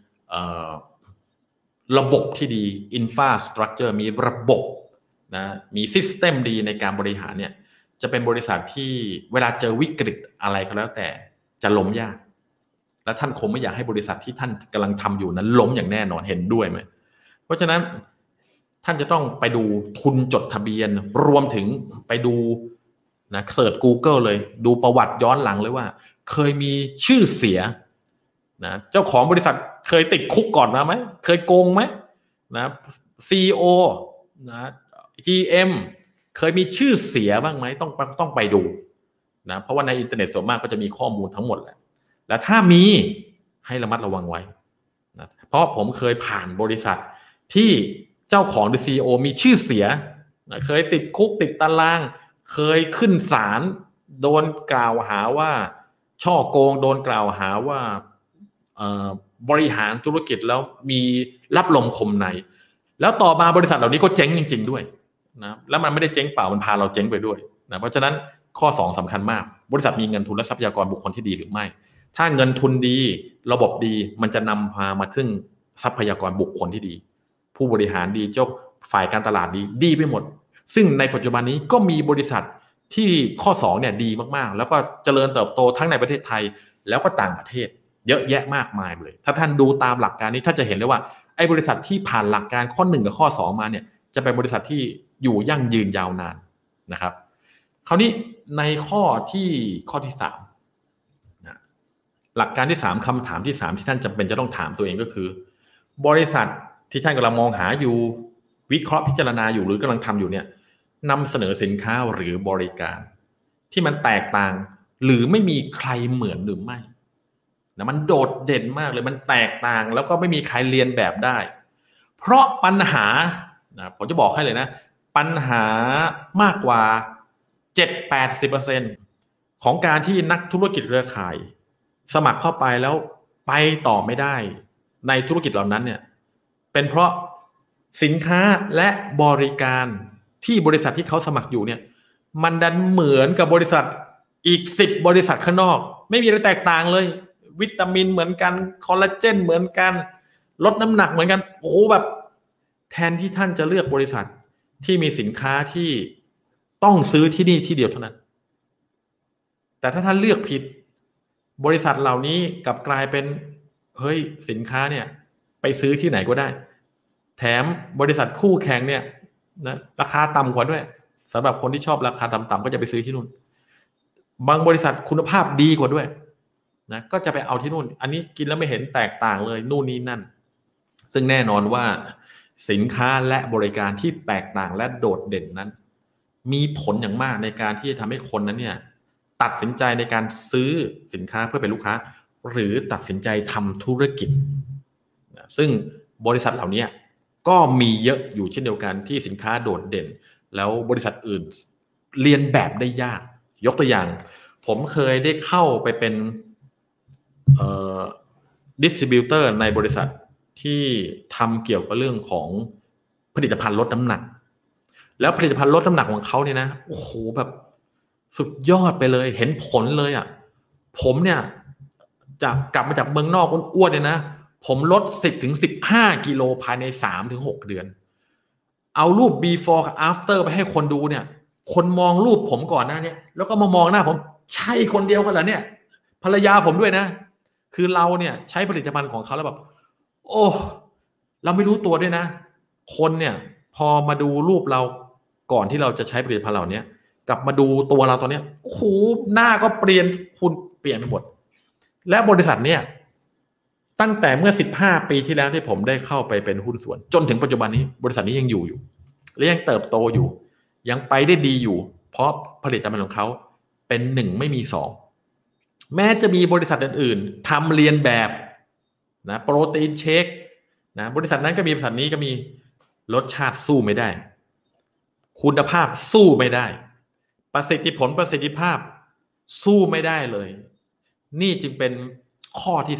ระบบที่ดี infrastructure มีระบบนะมี system ดีในการบริหารเนี่ยจะเป็นบริษัทที่เวลาเจอวิกฤตอะไรก็แล้วแต่จะล้มยากและท่านคงไม่อยากให้บริษัทที่ท่านกำลังทำอยู่นั้นล้มอย่างแน่นอนเห็นด้วยไหมเพราะฉะนั้นท่านจะต้องไปดูทุนจดทะเบียนรวมถึงไปดูนะเสิร์ช Google เลยดูประวัติย้อนหลังเลยว่าเคยมีชื่อเสียนะเจ้าของบริษัทเคยติดคุกก่อนมาไหมเคยโกงไหมนะ CEO นะ GM เคยมีชื่อเสียบ้างไหมต้องไปดูนะเพราะว่าในอินเทอร์เน็ตส่วนมากก็จะมีข้อมูลทั้งหมดแหละและถ้ามีให้ระมัดระวังไว้นะเพราะผมเคยผ่านบริษัทที่เจ้าของหรือ CEO มีชื่อเสียนะเคยติดคุกติดตารางเคยขึ้นศาลโดนกล่าวหาว่าช่อโกงโดนกล่าวหาว่าบริหารธุรกิจแล้วมีรับลมคมในแล้วต่อมาบริษัทเหล่านี้ก็เจ๊งจริงๆด้วยนะแล้วมันไม่ได้เจ๊งเปล่ามันพาเราเจ๊งไปด้วยนะเพราะฉะนั้นข้อ2สำคัญมากบริษัทมีเงินทุนและทรัพยากรบุคคลที่ดีหรือไม่ถ้าเงินทุนดีระบบดีมันจะนำพามาซึ่งทรัพยากรบุคคลที่ดีผู้บริหารดีเจ้าฝ่ายการตลาดดีไปหมดซึ่งในปัจจุบันนี้ก็มีบริษัทที่ข้อ2เนี่ยดีมากๆแล้วก็เจริญเติบโตทั้งในประเทศไทยแล้วก็ต่างประเทศเยอะแยะมากมายเลยถ้าท่านดูตามหลักการนี้ท่านจะเห็นเลยว่าไอ้บริษัทที่ผ่านหลักการข้อ1กับข้อ2มาเนี่ยจะเป็นบริษัทที่อยู่ยั่งยืนยาวนานนะครับคราวนี้ในข้อที่3นะหลักการที่3คำถามที่3ที่ท่านจำเป็นจะต้องถามตัวเองก็คือบริษัทที่ท่านกำลังมองหาอยู่วิเคราะห์พิจารณาอยู่หรือกำลังทำอยู่เนี่ยนำเสนอสินค้าหรือบริการที่มันแตกต่างหรือไม่มีใครเหมือนหรือไม่นะมันโดดเด่นมากเลยมันแตกต่างแล้วก็ไม่มีใครเรียนแบบได้เพราะปัญหานะผมจะบอกให้เลยนะปัญหามากกว่า 7-80% ของการที่นักธุรกิจเครือข่ายสมัครเข้าไปแล้วไปต่อไม่ได้ในธุรกิจเหล่านั้นเนี่ยเป็นเพราะสินค้าและบริการที่บริษัทที่เขาสมัครอยู่เนี่ยมันดันเหมือนกับบริษัทอีก10 บริษัทข้างนอกไม่มีอะไรแตกต่างเลยวิตามินเหมือนกันคอลลาเจนเหมือนกันลดน้ำหนักเหมือนกันโอ้โหแบบแทนที่ท่านจะเลือกบริษัทที่มีสินค้าที่ต้องซื้อที่นี่ที่เดียวเท่านั้นแต่ถ้าท่านเลือกผิดบริษัทเหล่านี้กลับกลายเป็นเฮ้ยสินค้าเนี่ยไปซื้อที่ไหนก็ได้แถมบริษัทคู่แข่งเนี่ยนะราคาต่ำกว่าด้วยสำหรับคนที่ชอบราคาต่ำๆก็จะไปซื้อที่นู่นบางบริษัทคุณภาพดีกว่าด้วยนะก็จะไปเอาที่นู่นอันนี้กินแล้วไม่เห็นแตกต่างเลยนู่นนี่นั่นซึ่งแน่นอนว่าสินค้าและบริการที่แตกต่างและโดดเด่นนั้นมีผลอย่างมากในการที่จะทำให้คนนั้นเนี่ยตัดสินใจในการซื้อสินค้าเพื่อเป็นลูกค้าหรือตัดสินใจทำธุรกิจซึ่งบริษัทเหล่านี้ก็มีเยอะอยู่เช่นเดียวกันที่สินค้าโดดเด่นแล้วบริษัทอื่นเรียนแบบได้ยากยกตัวอย่างผมเคยได้เข้าไปเป็นดิสทริบิวเตอร์ในบริษัทที่ทำเกี่ยวกับเรื่องของผลิตภัณฑ์ลดน้ำหนักแล้วผลิตภัณฑ์ลดน้ำหนักของเขาเนี่ยนะโอ้โหแบบสุดยอดไปเลยเห็นผลเลยอ่ะผมเนี่ยกลับมาจากเมืองนอกอ้วนๆเนี่ยนะผมลด10-15 กิโลภายใน3-6 เดือนเอารูป before กับ after ไปให้คนดูเนี่ยคนมองรูปผมก่อนหน้านี้แล้วก็มามองหน้าผมใช่คนเดียวกันเหรอเนี่ยภรรยาผมด้วยนะคือเราเนี่ยใช้ผลิตภัณฑ์ของเขาแล้วแบบโอ้เราไม่รู้ตัวด้วยนะคนเนี่ยพอมาดูรูปเราก่อนที่เราจะใช้ผลิตภัณฑ์เหล่านี้กลับมาดูตัวเราตอนนี้โอ้โหหน้าก็เปลี่ยนคุณเปลี่ยนไปหมดและบริษัทเนี่ยตั้งแต่เมื่อ15 ปีที่แล้วที่ผมได้เข้าไปเป็นหุ้นส่วนจนถึงปัจจุบันนี้บริษัทนี้ยังอยู่และยังเติบโตอยู่ยังไปได้ดีอยู่เพราะผลิตภัณฑ์ของเขาเป็น1ไม่มี2แม้จะมีบริษัทอื่นๆทำเรียนแบบนะโปรตีนเชคนะบริษัทนั้นก็มีบริษัทนี้ก็มีรสชาติสู้ไม่ได้คุณภาพสู้ไม่ได้ประสิทธิภาพสู้ไม่ได้เลยนี่จึงเป็นข้อที่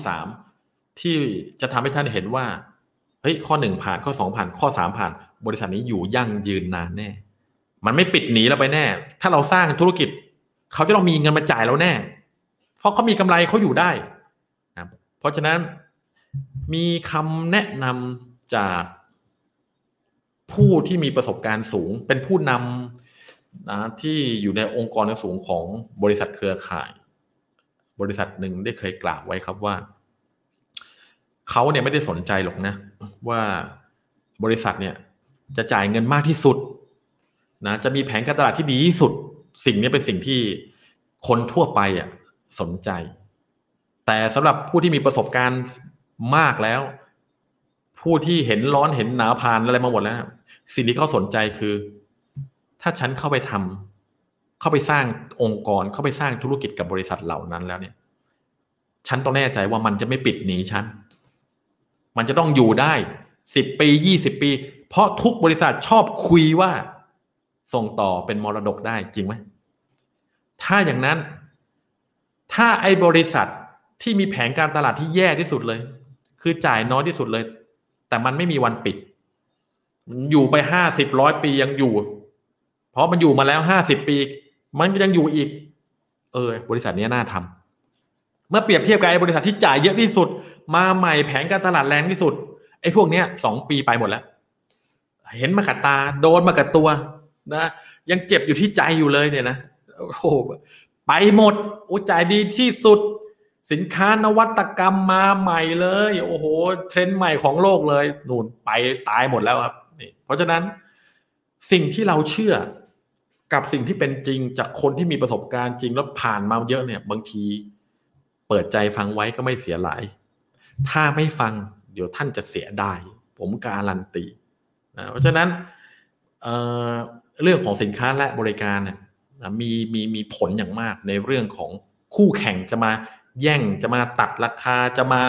3ที่จะทำให้ท่านเห็นว่าเฮ้ยข้อ1ผ่านข้อ2ผ่านข้อ3ผ่านบริษัทนี้อยู่ยั่งยืนนานแน่มันไม่ปิดหนีเราไปแน่ถ้าเราสร้างธุรกิจเขาจะต้องมีเงินมาจ่ายเราแน่เพราะเขามีกำไรเขาอยู่ได้นะเพราะฉะนั้นมีคำแนะนำจากผู้ที่มีประสบการณ์สูงเป็นผู้นำนะที่อยู่ในองค์กรสูงของบริษัทเครือข่ายบริษัทหนึ่งได้เคยกล่าวไว้ครับว่าเขาเนี่ยไม่ได้สนใจหรอกนะว่าบริษัทเนี่ยจะจ่ายเงินมากที่สุดนะจะมีแผนการตลาดที่ดีที่สุดสิ่งนี้เป็นสิ่งที่คนทั่วไปสนใจแต่สำหรับผู้ที่มีประสบการณ์มากแล้วผู้ที่เห็นร้อนเห็นหนาวผ่านอะไรมาหมดแล้วสิ่งที่เขาสนใจคือถ้าฉันเข้าไปสร้างองค์กรเข้าไปสร้างธุรกิจกับบริษัทเหล่านั้นแล้วเนี่ยฉันต้องแน่ใจว่ามันจะไม่ปิดหนีฉันมันจะต้องอยู่ได้10 ปี20 ปีเพราะทุกบริษัทชอบคุยว่าส่งต่อเป็นมรดกได้จริงไหมถ้าอย่างนั้นถ้าไอ้บริษัทที่มีแผนการตลาดที่แย่ที่สุดเลยคือจ่ายน้อยที่สุดเลยแต่มันไม่มีวันปิดมันอยู่ไป50-100 ปียังอยู่เพราะมันอยู่มาแล้ว50 ปีมันยังอยู่อีกบริษัทนี้น่าทำเมื่อเปรียบเทียบกับไอ้บริษัทที่จ่ายเยอะที่สุดมาใหม่แผนการตลาดแรงที่สุดไอ้พวกเนี้ย2 ปีไปหมดแล้วเห็นมากับตาโดนมากับตัวนะยังเจ็บอยู่ที่ใจอยู่เลยเนี่ยนะโอ้โหไปหมดจ่ายดีที่สุดสินค้านวัตกรรมมาใหม่เลยโอ้โหเทรนด์ใหม่ของโลกเลยนู่นไปตายหมดแล้วครับนี่เพราะฉะนั้นสิ่งที่เราเชื่อกับสิ่งที่เป็นจริงจากคนที่มีประสบการณ์จริงแล้วผ่านมาเยอะเนี่ยบางทีเปิดใจฟังไว้ก็ไม่เสียหลายถ้าไม่ฟังเดี๋ยวท่านจะเสียดายผมการันตีเพราะฉะนั้นเรื่องของสินค้าและบริการเนี่ยมีผลอย่างมากในเรื่องของคู่แข่งจะมาแย่งจะมาตัดราคาจะมา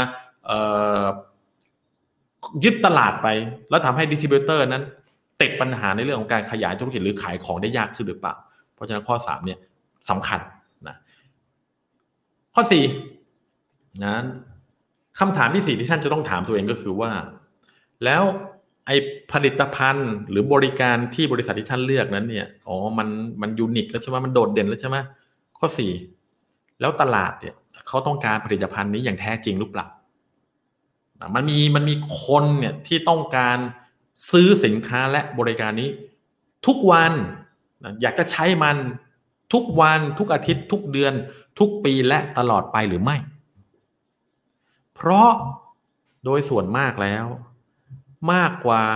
ยึดตลาดไปแล้วทำให้ดิสทริบิวเตอร์นั้นติดปัญหาในเรื่องของการขยายธุรกิจหรือขายของได้ยากขึ้นหรือเปล่าเพราะฉะนั้นข้อ3เนี่ยสำคัญนะข้อ4นะคำถามที่4ที่ท่านจะต้องถามตัวเองก็คือว่าแล้วไอ้ผลิตภัณฑ์หรือบริการที่บริษัทที่ท่านเลือกนั้นเนี่ยมันยูนิคแล้วใช่ไหมมันโดดเด่นแล้วใช่ไหมข้อ4แล้วตลาดเนี่ยเขาต้องการผลิตภัณฑ์นี้อย่างแท้จริงหรือเปล่ามันมีคนเนี่ยที่ต้องการซื้อสินค้าและบริการนี้ทุกวันนะอยากจะใช้มันทุกวันทุกอาทิตย์ทุกเดือนทุกปีและตลอดไปหรือไม่เพราะโดยส่วนมากแล้วมากกว่า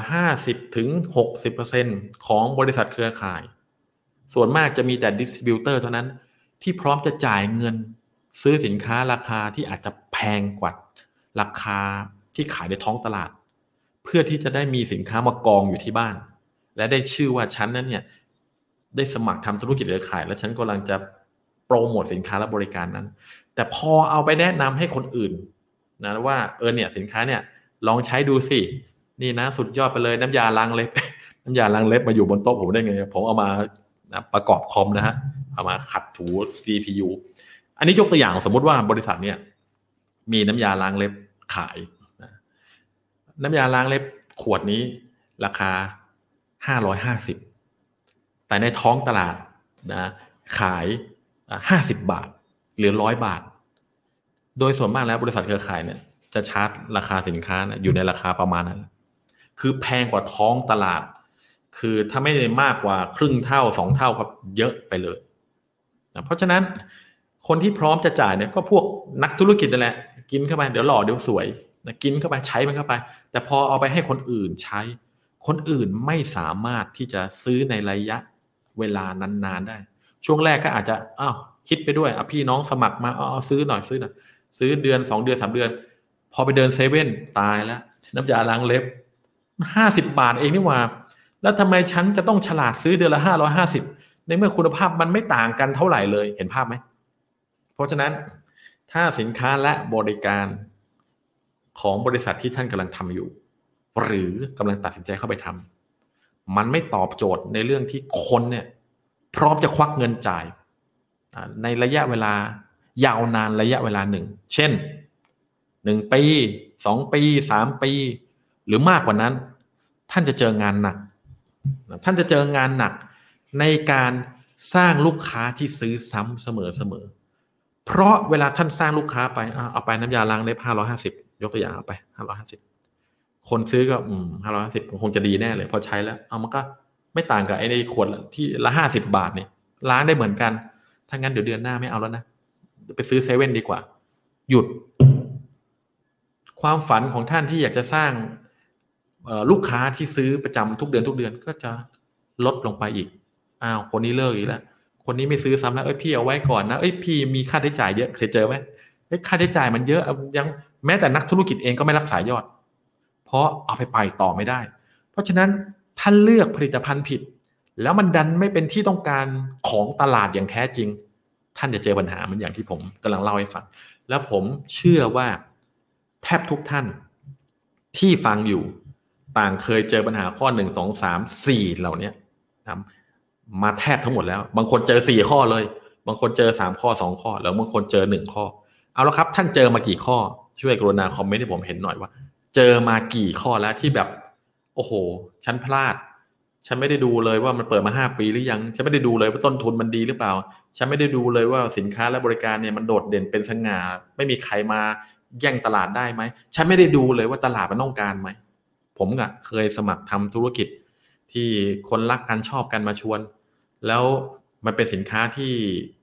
50-60% ของบริษัทเครือข่ายส่วนมากจะมีแต่ดิสทริบิวเตอร์เท่านั้นที่พร้อมจะจ่ายเงินซื้อสินค้าราคาที่อาจจะแพงกว่าราคาที่ขายในท้องตลาดเพื่อที่จะได้มีสินค้ามากองอยู่ที่บ้านและได้ชื่อว่าฉันนั้นเนี่ยได้สมัครทำธุรกิจเครือข่ายและฉันกำลังจะโปรโมทสินค้าและบริการนั้นแต่พอเอาไปแนะนำให้คนอื่นนะว่าเนี่ยสินค้าเนี่ยลองใช้ดูสินี่นะสุดยอดไปเลยน้ำยาล้างเล็บ น้ำยาล้างเล็บมาอยู่บนโต๊ะผมได้ไงผมเอามาประกอบคอมนะฮะเอามาขัดถู CPU อันนี้ยกตัวอย่างสมมุติว่าบริษัทเนี่ยมีน้ำยาล้างเล็บขายน้ำยาล้างเล็บขวดนี้ราคา550แต่ในท้องตลาดนะขาย50บาทหรือ100บาทโดยส่วนมากแล้วบริษัทเครือข่ายเนี่ยจะชาร์จราคาสินค้าอยู่ในราคาประมาณนั้นคือแพงกว่าท้องตลาดคือถ้าไม่ได้มากกว่าครึ่งเท่า2เท่าครับเยอะไปเลยนะเพราะฉะนั้นคนที่พร้อมจะจ่ายเนี่ยก็พวกนักธุรกิจนั่นแหละกินเข้าไปเดี๋ยวหล่อเดี๋ยวสวยนะกินเข้าไปใช้มันเข้าไปแต่พอเอาไปให้คนอื่นใช้คนอื่นไม่สามารถที่จะซื้อในระยะเวลานานๆได้ช่วงแรกก็อาจจะคิดไปด้วยพี่น้องสมัครมาซื้อหน่อยซื้อเดือน2เดือน3เดือนพอไปเดินเซเว่นตายแล้วน้ำยาล้างเล็บ50บาทเองนี่หว่าแล้วทำไมฉันจะต้องฉลาดซื้อเดือนละ550ในเมื่อคุณภาพมันไม่ต่างกันเท่าไหร่เลยเห็นภาพไหมเพราะฉะนั้นถ้าสินค้าและบริการของบริษัทที่ท่านกำลังทำอยู่หรือกำลังตัดสินใจเข้าไปทำมันไม่ตอบโจทย์ในเรื่องที่คนเนี่ยพร้อมจะควักเงินจ่ายในระยะเวลายาวนานระยะเวลาหนึ่งเช่น1ปี2ปี3ปีหรือมากกว่านั้นท่านจะเจองานหนักท่านจะเจองานหนักในการสร้างลูกค้าที่ซื้อซ้ำเสมอเพราะเวลาท่านสร้างลูกค้าไปเอาไปน้ำยาล้างเล็บ550ยกตัวอย่างเอาไป550คนซื้อก็550คงจะดีแน่เลยพอใช้แล้วมันก็ไม่ต่างกับไอ้ในขวดที่ละ50บาทนี่ล้างได้เหมือนกันถ้างั้นเดี๋ยวเดือนหน้าไม่เอาแล้วนะไปซื้อเซเว่นดีกว่าหยุดความฝันของท่านที่อยากจะสร้างลูกค้าที่ซื้อประจำทุกเดือนก็จะลดลงไปอีกคนนี้เลิกอีกแล้วคนนี้ไม่ซื้อซ้ำแล้วพี่เอาไว้ก่อนนะพี่มีค่าใช้จ่ายเยอะเคยเจอไหมค่าใช้จ่ายมันเยอะยังแม้แต่นักธุรกิจเองก็ไม่รักษายอดเพราะเอาไปต่อไม่ได้เพราะฉะนั้นท่านเลือกผลิตภัณฑ์ผิดแล้วมันดันไม่เป็นที่ต้องการของตลาดอย่างแท้จริงท่านจะเจอปัญหามันอย่างที่ผมกำลังเล่าให้ฟังแล้วผมเชื่อว่าแทบทุกท่านที่ฟังอยู่ต่างเคยเจอปัญหาข้อ1 2 3 4เหล่านี้นะมาแทบทั้งหมดแล้วบางคนเจอ4ข้อเลยบางคนเจอ3ข้อ2ข้อแล้วบางคนเจอ1ข้อเอาละครับท่านเจอมากี่ข้อช่วยกรุณาคอมเมนต์ให้ผมเห็นหน่อยว่าเจอมากี่ข้อแล้วที่แบบโอ้โหฉันพลาดฉันไม่ได้ดูเลยว่ามันเปิดมา5ปีหรือยังฉันไม่ได้ดูเลยว่าต้นทุนมันดีหรือเปล่าฉันไม่ได้ดูเลยว่าสินค้าและบริการเนี่ยมันโดดเด่นเป็นสง่าไม่มีใครมาแย่งตลาดได้ไหมฉันไม่ได้ดูเลยว่าตลาดมันต้องการไหมผมเคยสมัครทำธุรกิจที่คนรักกันชอบกันมาชวนแล้วมันเป็นสินค้าที่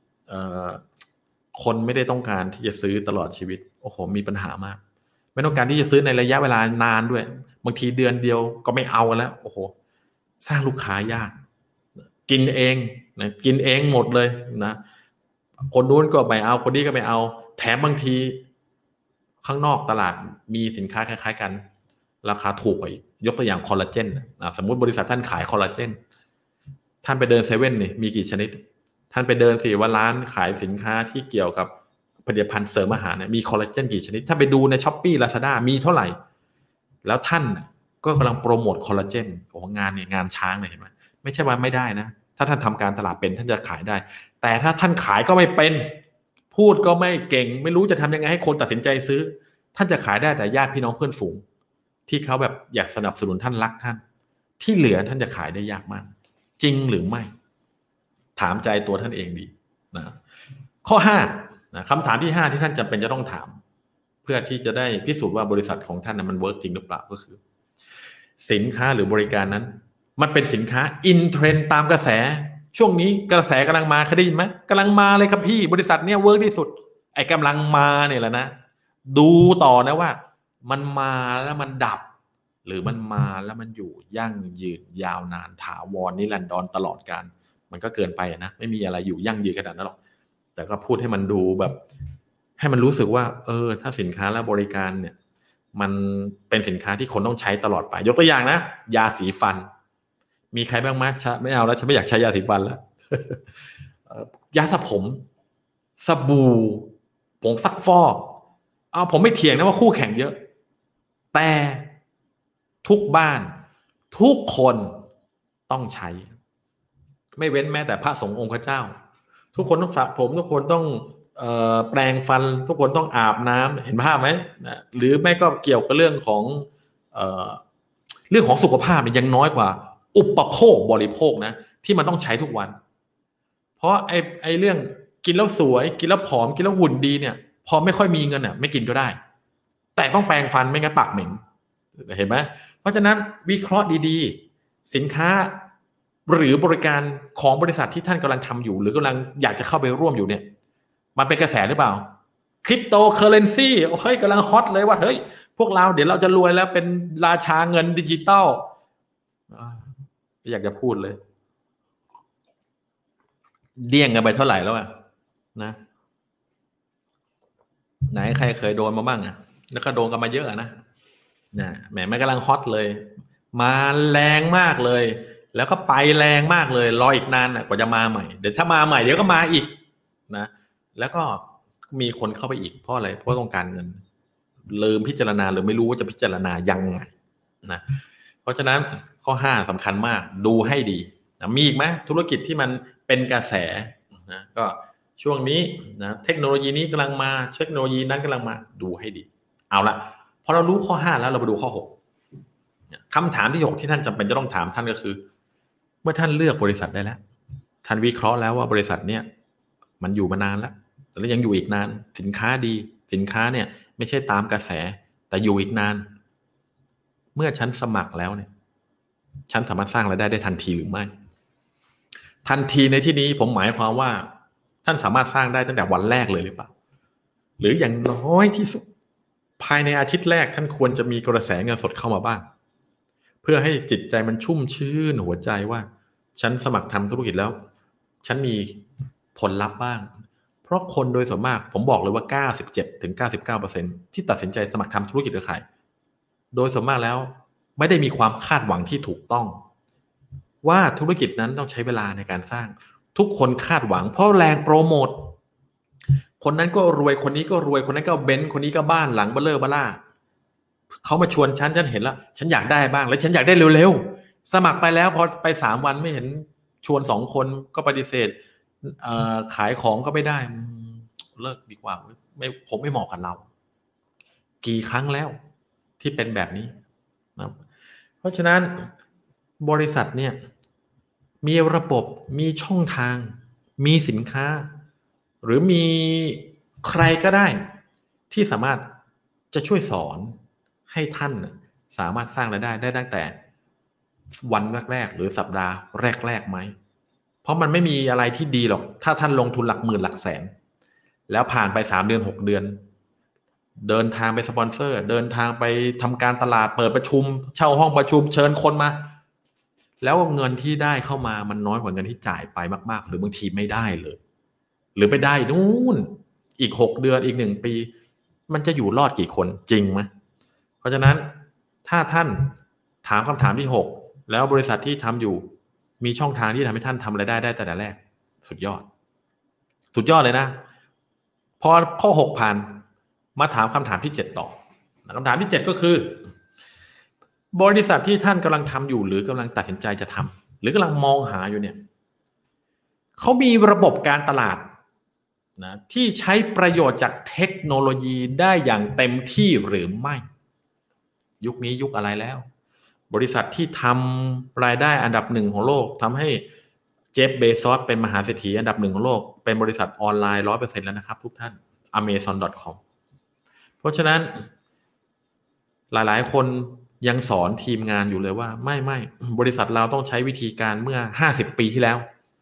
คนไม่ได้ต้องการที่จะซื้อตลอดชีวิตโอ้โหมีปัญหามากไม่ต้องการที่จะซื้อในระยะเวลานานด้วยบางทีเดือนเดียวก็ไม่เอาแล้วโอ้โหสร้างลูกค้ายากกินเองนะกินเองหมดเลยนะคนนู้นก็ไม่เอาคนนี้ก็ไม่เอาแถมบางทีข้างนอกตลาดมีสินค้าคล้ายๆกันราคาถูกกว่ายกตัวอย่างคอลลาเจนสมมุติบริษัทท่านขายคอลลาเจนท่านไปเดินเซเว่นนี่มีกี่ชนิดท่านไปเดินสิว่าร้านขายสินค้าที่เกี่ยวกับผลิตภัณฑ์เสริมอาหารเนี่ยมีคอลลาเจนกี่ชนิดถ้าไปดูใน Shopee Lazada มีเท่าไหร่แล้วท่านก็กำลังโปรโมทคอลลาเจนโอ้งานเนี่ยงานช้างเลยเห็นไหมไม่ใช่ว่าไม่ได้นะถ้าท่านทำการตลาดเป็นท่านจะขายได้แต่ถ้าท่านขายก็ไม่เป็นพูดก็ไม่เก่งไม่รู้จะทำยังไงให้คนตัดสินใจซื้อท่านจะขายได้แต่ญาติพี่น้องเพื่อนฝูงที่เขาแบบอยากสนับสนุนท่านรักท่านที่เหลือท่านจะขายได้ยากมากจริงหรือไม่ถามใจตัวท่านเองดีนะข้อ5นะคำถามที่5ที่ท่านจำเป็นจะต้องถามเพื่อที่จะได้พิสูจน์ว่าบริษัทของท่านมันเวิร์กจริงหรือเปล่าก็คือสินค้าหรือบริการนั้นมันเป็นสินค้าอินเทรนด์ตามกระแสช่วงนี้กระแสกำลังมาเคยได้ยินไหมกำลังมาเลยครับพี่บริษัทเนี้ยเวิร์กที่สุดไอ้กำลังมาเนี่ยแหละนะดูต่อนะว่ามันมาแล้วมันดับหรือมันมาแล้วมันอยู่ยั่งยืนยาวนานถาวรนิรันดรตลอดกาลมันก็เกินไปนะไม่มีอะไรอยู่ยั่งยืนขนาดนั้นหรอกแต่ก็พูดให้มันดูแบบให้มันรู้สึกว่าถ้าสินค้าและบริการเนี่ยมันเป็นสินค้าที่คนต้องใช้ตลอดไปยกตัวอย่างนะยาสีฟันมีใครบ้างมั้ยไม่เอาแล้วฉันไม่อยากใช้ยาสีฟันแล้วยาสระผมสบู่ผงซักฟอกผมไม่เถียงนะว่าคู่แข่งเยอะแต่ทุกบ้านทุกคนต้องใช้ไม่เว้นแม้แต่พระสงฆ์องค์พระเจ้าทุกคนต้องสระผมทุกคนต้องแปรงฟันทุกคนต้องอาบน้ำเห็นภาพไหมนะหรือไม่ก็เกี่ยวกับเรื่องของสุขภาพเนี่ยยังน้อยกว่าอุปโภคบริโภคนะที่มันต้องใช้ทุกวันเพราะไอ้เรื่องกินแล้วสวยกินแล้วผอมกินแล้วหุ่นดีเนี่ยพอไม่ค่อยมีเงินไม่กินก็ได้แต่ต้องแปรงฟันไม่งั้นปากเหม็นเห็นไหมเพราะฉะนั้นวิเคราะห์ดีๆสินค้าหรือบริการของบริษัทที่ท่านกำลังทำอยู่หรือกำลังอยากจะเข้าไปร่วมอยู่เนี่ยมันเป็นกระแสหรือเปล่าคริปโตเคอเรนซีเฮ้ยกำลังฮอตเลยว่าเฮ้ยพวกเราเดี๋ยวเราจะรวยแล้วเป็นราชาเงินดิจิตอลอยากจะพูดเลยเดี้ยงกันไปเท่าไหร่แล้วนะไหนใครเคยโดนมาบ้างแล้วก็โดนกันมาเยอะนะแหมมันกำลังฮอตเลยมาแรงมากเลยแล้วก็ไปแรงมากเลยรออีกนานกว่าจะมาใหม่เดี๋ยวถ้ามาใหม่เดี๋ยวก็มาอีกนะแล้วก็มีคนเข้าไปอีกเพราะอะไรเพราะต้องการเงินลืมพิจารณาหรือไม่รู้ว่าจะพิจารณายังไงนะเพราะฉะนั้นข้อ5สำคัญมากดูให้ดีนะมีอีกไหมธุรกิจที่มันเป็นกระแสนะก็ช่วงนี้นะเทคโนโลยีนี้กำลังมาเทคโนโลยีนั้นกำลังมาดูให้ดีเอาละพอเรารู้ข้อ5แล้วเราไปดูข้อ6คำถามที่6ที่ท่านจำเป็นจะต้องถามท่านก็คือเมื่อท่านเลือกบริษัทได้แล้วท่านวิเคราะห์แล้วว่าบริษัทเนี้ยมันอยู่มานานแล้วแล้วยังอยู่อีกนานสินค้าดีสินค้าเนี่ยไม่ใช่ตามกระแสแต่อยู่อีกนานเมื่อฉันสมัครแล้วเนี่ยฉันสามารถสร้างรายได้ทันทีหรือไม่ทันทีในที่นี้ผมหมายความว่าท่านสามารถสร้างได้ตั้งแต่วันแรกเลยหรือเปล่าหรืออย่างน้อยที่สุดภายในอาทิตย์แรกท่านควรจะมีกระแสเงินสดเข้ามาบ้างเพื่อให้จิตใจมันชุ่มชื่นหัวใจว่าฉันสมัครทำธุรกิจแล้วฉันมีผลลัพธ์บ้างเพราะคนโดยส่วนมากผมบอกเลยว่า 97-99% ที่ตัดสินใจสมัครทำธุรกิจเครือข่ายโดยส่วนมากแล้วไม่ได้มีความคาดหวังที่ถูกต้องว่าธุรกิจนั้นต้องใช้เวลาในการสร้างทุกคนคาดหวังเพราะแรงโปรโมทคนนั้นก็รวยคนนี้ก็รวยคนนั้นก็เบนซ์คนนี้ก็บ้านหลังเบ้อเร่อบ้าล่าเขามาชวนฉันเห็นแล้วฉันอยากได้บ้างแล้วฉันอยากได้เร็วๆสมัครไปแล้วพอไป3วันไม่เห็นชวน2คนก็ปฏิเสธขายของก็ไม่ได้เลิกดีกว่าผมไม่เหมาะกับเรากี่ครั้งแล้วที่เป็นแบบนี้นะเพราะฉะนั้นบริษัทเนี่ยมีระบบมีช่องทางมีสินค้าหรือมีใครก็ได้ที่สามารถจะช่วยสอนให้ท่านสามารถสร้างรายได้ตั้งแต่วันแรกๆหรือสัปดาห์แรกๆไหมเพราะมันไม่มีอะไรที่ดีหรอกถ้าท่านลงทุนหลักหมื่นหลักแสนแล้วผ่านไป3เดือน6เดือนเดินทางไปสปอนเซอร์เดินทางไปทำการตลาดเปิดประชุมเช่าห้องประชุมเชิญคนมาแล้วเงินที่ได้เข้ามามันน้อยกว่าเงินที่จ่ายไปมากๆหรือบางทีไม่ได้เลยหรือไปได้นู่นอีก6เดือนอีก1ปีมันจะอยู่รอดกี่คนจริงไหมเพราะฉะนั้นถ้าท่านถามคำถามที่6แล้วบริษัทที่ทำอยู่มีช่องทางที่ทำให้ท่านทำรายได้ได้แต่แรกสุดยอดเลยนะพอข้อ6ผ่านมาถามคำถามที่7ต่อคำถามที่7ก็คือบริษัทที่ท่านกำลังทำอยู่หรือกำลังตัดสินใจจะทำหรือกำลังมองหาอยู่เนี่ยเขามีระบบการตลาดนะที่ใช้ประโยชน์จากเทคโนโลยีได้อย่างเต็มที่หรือไม่ยุคนี้ยุคอะไรแล้วบริษัทที่ทำรายได้อันดับ1ของโลกทำให้เจฟเบซอสเป็นมหาเศรษฐีอันดับ1ของโลกเป็นบริษัทออนไลน์ 100% แล้วนะครับทุกท่าน amazon.com เพราะฉะนั้นหลายๆคนยังสอนทีมงานอยู่เลยว่าไม่บริษัทเราต้องใช้วิธีการเมื่อ50ปีที่แล้ว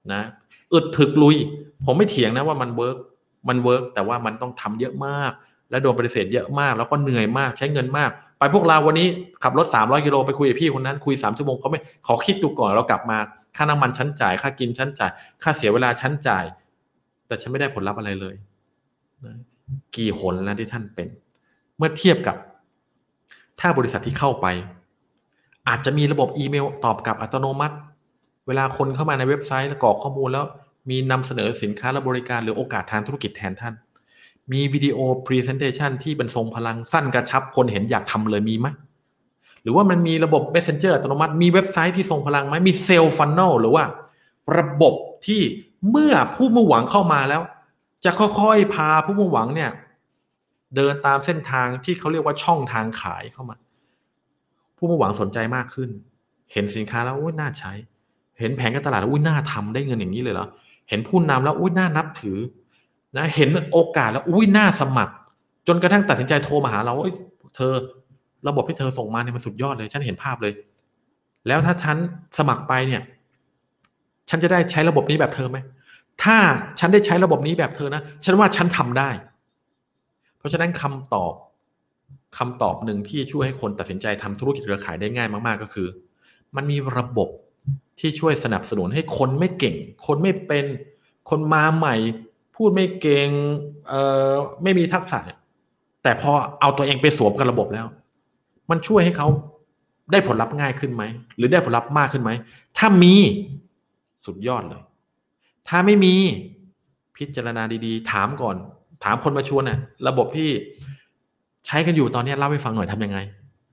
นะอึดถึกลุยผมไม่เถียงนะว่ามันเวิร์กแต่ว่ามันต้องทำเยอะมากและโดนปฏิเสธเยอะมากแล้วก็เหนื่อยมากใช้เงินมากไปพวกเราวันนี้ขับรถ300 กิโลไปคุยกับพี่คนนั้นคุย3 ชั่วโมงเขาไม่ขอคิดดูก่อนเรากลับมาค่าน้ำมันชั้นจ่ายค่ากินชั้นจ่ายค่าเสียเวลาชั้นจ่ายแต่ฉันไม่ได้ผลลัพธ์อะไรเลยกี่หนแล้วที่ท่านเป็นเมื่อเทียบกับถ้าบริษัทที่เข้าไปอาจจะมีระบบอีเมลตอบกลับอัตโนมัติเวลาคนเข้ามาในเว็บไซต์กรอกข้อมูลแล้วมีนำเสนอสินค้าและบริการหรือโอกาสทางธุรกิจแทนท่านมีวิดีโอพรีเซนเทชันที่บรรทรงพลังสั้นกระชับคนเห็นอยากทำเลยมีไหมหรือว่ามันมีระบบ Messenger อัตโนมัติมีเว็บไซต์ที่ทรงพลังไหมมีเซลล์ฟันเนลหรือว่าระบบที่เมื่อผู้มุ่งหวังเข้ามาแล้วจะค่อยๆพาผู้มุ่งหวังเนี่ยเดินตามเส้นทางที่เขาเรียกว่าช่องทางขายเข้ามาผู้มุ่งหวังสนใจมากขึ้นเห็นสินค้าแล้วน่าใช้เห็นแผนการตลาดแล้วน่าทำได้เงินอย่างนี้เลยเหรอเห็นผู้นำแล้วน่านับถือนะเห็นโอกาสแล้วน่าสมัครจนกระทั่งตัดสินใจโทรมาหาเราเธอระบบที่เธอส่งมาเนี่ยมันสุดยอดเลยฉันเห็นภาพเลยแล้วถ้าฉันสมัครไปเนี่ยฉันจะได้ใช้ระบบนี้แบบเธอไหมถ้าฉันได้ใช้ระบบนี้แบบเธอนะฉันว่าฉันทำได้เพราะฉะนั้นคำตอบหนึ่งที่ช่วยให้คนตัดสินใจทำธุรกิจเครือข่ายได้ง่ายมากๆก็คือมันมีระบบที่ช่วยสนับสนุนให้คนไม่เก่งคนไม่เป็นคนมาใหม่พูดไม่เก่งไม่มีทักษะแต่พอเอาตัวเองไปสวมกับระบบแล้วมันช่วยให้เขาได้ผลลัพธ์ง่ายขึ้นไหมหรือได้ผลลัพธ์มากขึ้นไหมถ้ามีสุดยอดเลยถ้าไม่มีพิจารณาดีๆถามก่อนถามคนมาชวนระบบที่ใช้กันอยู่ตอนนี้เล่าให้ฟังหน่อยทำยังไง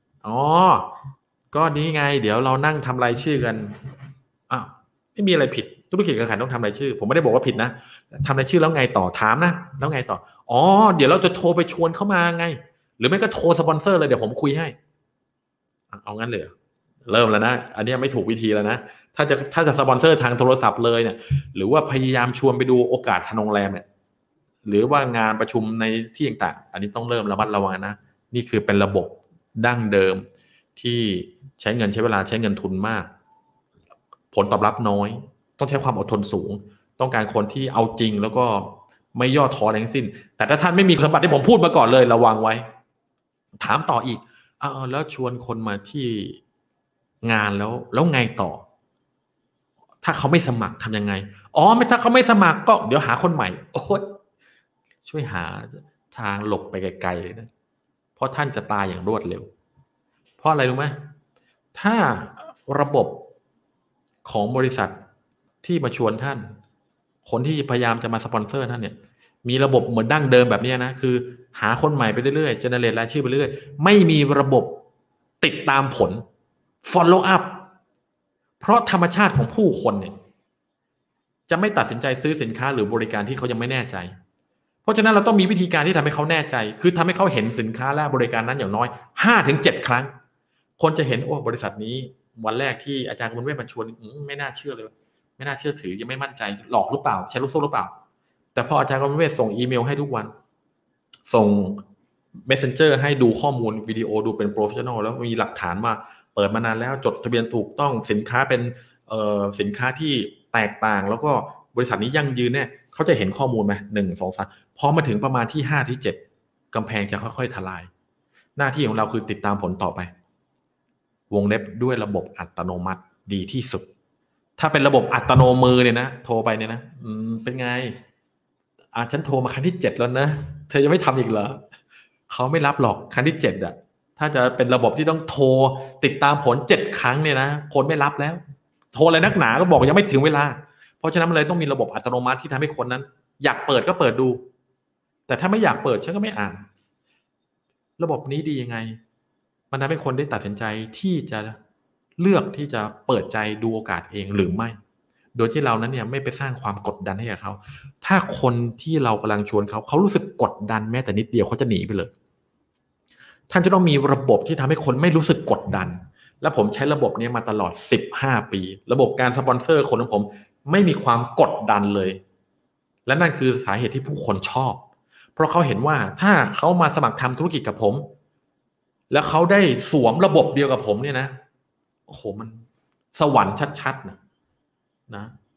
ก็นี้ไงเดี๋ยวเรานั่งทำรายชื่อกันไม่มีอะไรผิดธุรกิจเครือข่ายต้องทำรายชื่อผมไม่ได้บอกว่าผิดนะทำรายชื่อแล้วไงต่อถามนะแล้วไงต่อเดี๋ยวเราจะโทรไปชวนเข้ามาไงหรือไม่ก็โทรสปอนเซอร์เลยเดี๋ยวผมคุยให้เอางั้นเลยเริ่มแล้วนะอันนี้ไม่ถูกวิธีแล้วนะถ้าจะสปอนเซอร์ทางโทรศัพท์เลยเนี่ยหรือว่าพยายามชวนไปดูโอกาสทางโรงแรมเนี่ยหรือว่างานประชุมในที่ต่างๆอันนี้ต้องเริ่มระมัดระวังนะนี่คือเป็นระบบดั้งเดิมที่ใช้เงินใช้เวลาใช้เงินทุนมากผลตอบรับน้อยต้องใช้ความอดทนสูงต้องการคนที่เอาจริงแล้วก็ไม่ย่อท้ออะไรทั้งสิ้นแต่ถ้าท่านไม่มีสมบัติที่ผมพูดมาก่อนเลยระวังไว้ถามต่ออีกแล้วชวนคนมาที่งานแล้วไงต่อถ้าเขาไม่สมัครทำยังไงไม่ถ้าเขาไม่สมัครก็เดี๋ยวหาคนใหม่ช่วยหาทางหลบไปไกลๆเลยนะเพราะท่านจะตายอย่างรวดเร็วเพราะอะไรรู้ไหมถ้าระบบของบริษัทที่มาชวนท่านคนที่พยายามจะมาสปอนเซอร์ท่านเนี่ยมีระบบเหมือนดั้งเดิมแบบนี้นะคือหาคนใหม่ไปเรื่อยๆเจเนเรตรายชื่อไปเรื่อยๆไม่มีระบบติดตามผล follow up เพราะธรรมชาติของผู้คนเนี่ยจะไม่ตัดสินใจซื้อสินค้าหรือบริการที่เขายังไม่แน่ใจเพราะฉะนั้นเราต้องมีวิธีการที่ทำให้เขาแน่ใจคือทำให้เขาเห็นสินค้าและบริการนั้นอย่างน้อย 5-7 ครั้งคนจะเห็นบริษัทนี้วันแรกที่อาจารย์กมลเวชมาชวนไม่น่าเชื่อเลยไม่น่าเชื่อถือยังไม่มั่นใจหลอกหรือเปล่าใช้ลูกโซ่หรือเปล่าแต่พออาจารย์กมลเวชส่งอีเมลให้ทุกวันส่ง Messenger ให้ดูข้อมูลวิดีโอดูเป็นโปรเฟชชั่นอลแล้วมีหลักฐานมาเปิดมานานแล้วจดทะเบียนถูกต้องสินค้าเป็นสินค้าที่แตกต่างแล้วก็บริษัทนี้ยั่งยืนเนี่ยเขาจะเห็นข้อมูลไหม1 2 3พอมาถึงประมาณที่5ที่7กำแพงจะค่อยๆทลายหน้าที่ของเราคือติดตามผลต่อไปวงเล็บด้วยระบบอัตโนมัติดีที่สุดถ้าเป็นระบบอัตโนมือเนี่ยนะโทรไปเนี่ยนะเป็นไงฉันโทรมาครั้งที่7แล้วนะเธอยังไม่ทำอีกเหรอเขาไม่รับหรอกครั้งที่7ถ้าจะเป็นระบบที่ต้องโทรติดตามผล7 ครั้งเนี่ยนะคนไม่รับแล้วโทรอะไรนักหนาก็บอกยังไม่ถึงเวลาเพราะฉะนั้นมันเลยต้องมีระบบอัตโนมัติที่ทำให้คนนั้นอยากเปิดก็เปิดดูแต่ถ้าไม่อยากเปิดฉันก็ไม่อ่านระบบนี้ดียังไงมันทำให้คนได้ตัดสินใจที่จะเลือกที่จะเปิดใจดูโอกาสเองหรือไม่โดยที่เรานั้นเนี่ยไม่ไปสร้างความกดดันให้กับเขาถ้าคนที่เรากำลังชวนเขารู้สึกกดดันแม้แต่นิดเดียวเขาจะหนีไปเลยท่านจะต้องมีระบบที่ทำให้คนไม่รู้สึกกดดันและผมใช้ระบบนี้มาตลอด15 ปีระบบการสปอนเซอร์คนของผมไม่มีความกดดันเลยและนั่นคือสาเหตุที่ผู้คนชอบเพราะเขาเห็นว่าถ้าเขามาสมัครทำธุรกิจกับผมแล้วเขาได้สวมระบบเดียวกับผมเนี่ยนะโอ้โหมันสวรรค์ชัดๆนะ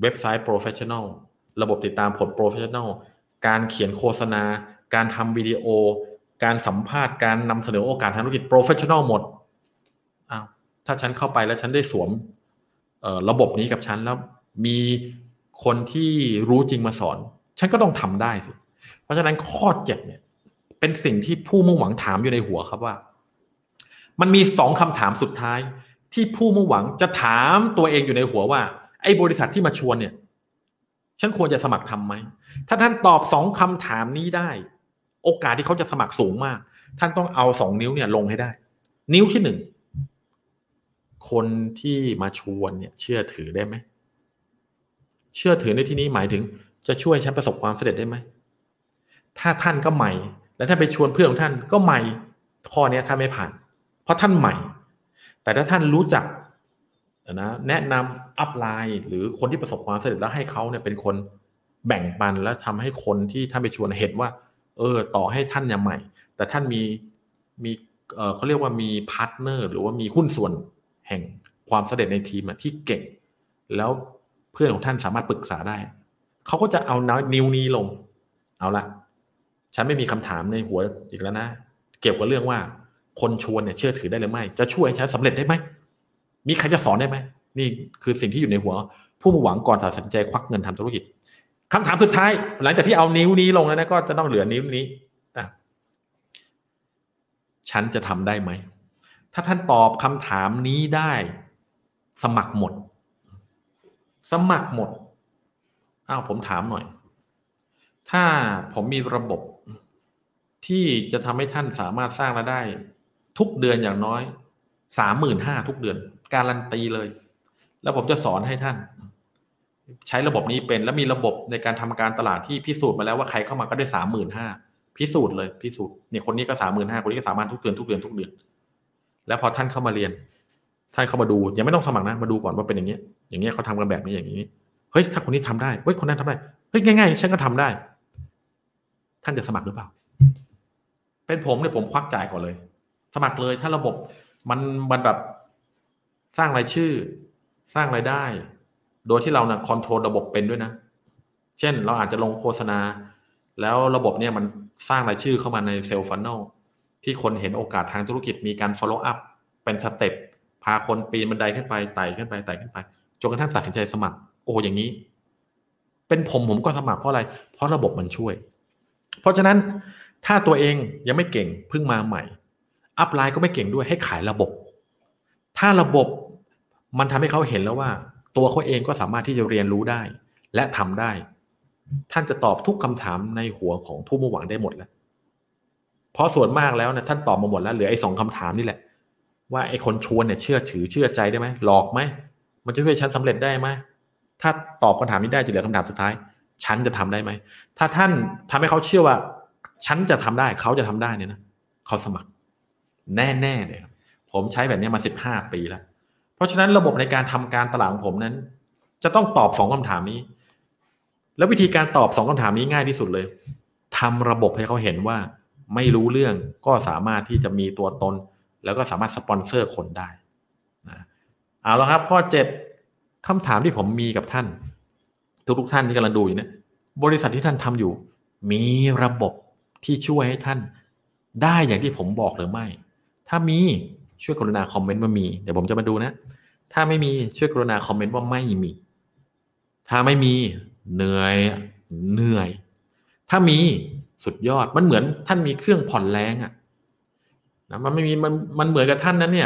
เว็บไซต์ professional ระบบติดตามผล professional การเขียนโฆษณาการทำวิดีโอการสัมภาษณ์การนำเสนอโอกาสทางธุรกิจ professional หมดอ้าวถ้าฉันเข้าไปแล้วฉันได้สวมระบบนี้กับฉันแล้วมีคนที่รู้จริงมาสอนฉันก็ต้องทำได้สิเพราะฉะนั้นข้อ7เนี่ยเป็นสิ่งที่ผู้มุ่งหวังถามอยู่ในหัวครับว่ามันมี2คำถามสุดท้ายที่ผู้มุ่งหวังจะถามตัวเองอยู่ในหัวว่าไอ้บริษัทที่มาชวนเนี่ยฉันควรจะสมัครทำไหมถ้าท่านตอบ2คำถามนี้ได้โอกาสที่เขาจะสมัครสูงมากท่านต้องเอา2นิ้วเนี่ยลงให้ได้นิ้วที่1คนที่มาชวนเนี่ยเชื่อถือได้ไหมเชื่อถือในที่นี้หมายถึงจะช่วยฉันประสบความสำเร็จได้ไหมถ้าท่านก็ใหม่แล้วถ้าไปชวนเพื่อนของท่านก็ใหม่ข้อนี้ท่านไม่ผ่านเพราะท่านใหม่แต่ถ้าท่านรู้จักนะแนะนำอัพไลน์หรือคนที่ประสบความสำเร็จแล้วให้เขาเนี่ยเป็นคนแบ่งปันและทำให้คนที่ท่านไปชวนเห็นว่าต่อให้ท่านยังใหม่แต่ท่านมีเขาเรียกว่ามีพาร์ทเนอร์หรือว่ามีหุ้นส่วนแห่งความสำเร็จในทีมที่เก่งแล้วเพื่อนของท่านสามารถปรึกษาได้เขาก็จะเอานิ้วนี้ลงเอาละฉันไม่มีคำถามในหัวอีกแล้วนะเกี่ยวกับเรื่องว่าคนชวนเนี่ยเชื่อถือได้หรือไม่จะช่วยให้ฉันสำเร็จได้ไหมมีใครจะสอนได้ไหมนี่คือสิ่งที่อยู่ในหัวผู้มุ่งหวังก่อนตัดสินใจควักเงินทำธุรกิจคำถามสุดท้ายหลังจากที่เอานิ้วนี้ลงแล้วนะก็จะต้องเหลือนิ้วนี้ฉันจะทำได้ไหมถ้าท่านตอบคำถามนี้ได้สมัครหมดผมถามหน่อยถ้าผมมีระบบที่จะทำให้ท่านสามารถสร้างรายได้ทุกเดือนอย่างน้อย 35,000 ทุกเดือนการันตีเลยแล้วผมจะสอนให้ท่านใช้ระบบนี้เป็นแล้วมีระบบในการทำการตลาดที่พิสูจน์มาแล้วว่าใครเข้ามาก็ได้ 35,000 พิสูจน์เนี่ยคนนี้ก็ 35,000 คนนี้ก็30,000ทุกเดือนแล้วพอท่านเข้ามาเรียนท่านเข้ามาดูยังไม่ต้องสมัครนะมาดูก่อนว่าเป็นอย่างนี้เขาทำกันแบบนี้อย่างนี้เฮ้ยถ้าคนนี้ทำได้เฮ้ยคนนั้นทำได้เฮ้ยง่ายๆฉันก็ทำได้ท่านจะสมัครหรือเปล่าเป็นผมเนี่ยผมควักจ่ายก่อนเลยสมัครเลยถ้าระบบมันแบบสร้างรายชื่อสร้างรายได้โดยที่เราคอนโทรลระบบเป็นด้วยนะเช่นเราอาจจะลงโฆษณาแล้วระบบเนี่ยมันสร้างรายชื่อเข้ามาในเซลล์ฟันเนลที่คนเห็นโอกาสทางธุรกิจมีการ follow up เป็นสเต็ปพาคนปีนบันไดขึ้นไปไต่ขึ้นไปจนกระทั่งตัดสินใจสมัครอย่างนี้เป็นผมก็สมัครเพราะอะไรเพราะระบบมันช่วยเพราะฉะนั้นถ้าตัวเองยังไม่เก่งเพิ่งมาใหม่อัพไลน์ก็ไม่เก่งด้วยให้ขายระบบถ้าระบบมันทำให้เขาเห็นแล้วว่าตัวเขาเองก็สามารถที่จะเรียนรู้ได้และทำได้ท่านจะตอบทุกคำถามในหัวของผู้มุ่งหวังได้หมดแล้วเพราะส่วนมากแล้วนะท่านตอบมาหมดแล้วเหลือไอ้2คำถามนี่แหละว่าไอ้คนชวนเนี่ยเชื่อใจได้ไหมหลอกไหมมันจะช่วยฉันสำเร็จได้ไหมถ้าตอบคำถามนี้ได้จะเหลือคำถามสุดท้ายฉันจะทำได้ไหมถ้าท่านทำให้เขาเชื่อว่าฉันจะทำได้เขาจะทำได้เนี่ยนะเขาสมัครแน่ๆเลยครับผมใช้แบบนี้มา15 ปีแล้วเพราะฉะนั้นระบบในการทำการตลาดของผมนั้นจะต้องตอบ2คำถามนี้แล้ววิธีการตอบ2คำถามนี้ง่ายที่สุดเลยทำระบบให้เขาเห็นว่าไม่รู้เรื่องก็สามารถที่จะมีตัวตนแล้วก็สามารถสปอนเซอร์คนได้นะเอาละครับข้อ7คำถามที่ผมมีกับท่านทุกท่านที่กำลังดูอยู่เนี่ยบริษัทที่ท่านทำอยู่มีระบบที่ช่วยให้ท่านได้อย่างที่ผมบอกหรือไม่ถ้ามีช่วยกรุณาคอมเมนต์ว่ามีเดี๋ยวผมจะมาดูนะถ้าไม่มีช่วยกรุณาคอมเมนต์ว่าไม่มีถ้าไม่มีเหนื่อยถ้ามีสุดยอดมันเหมือนท่านมีเครื่องผ่อนแรงนะมันไม่มีมันเหมือนกับท่านนั้นเนี่ย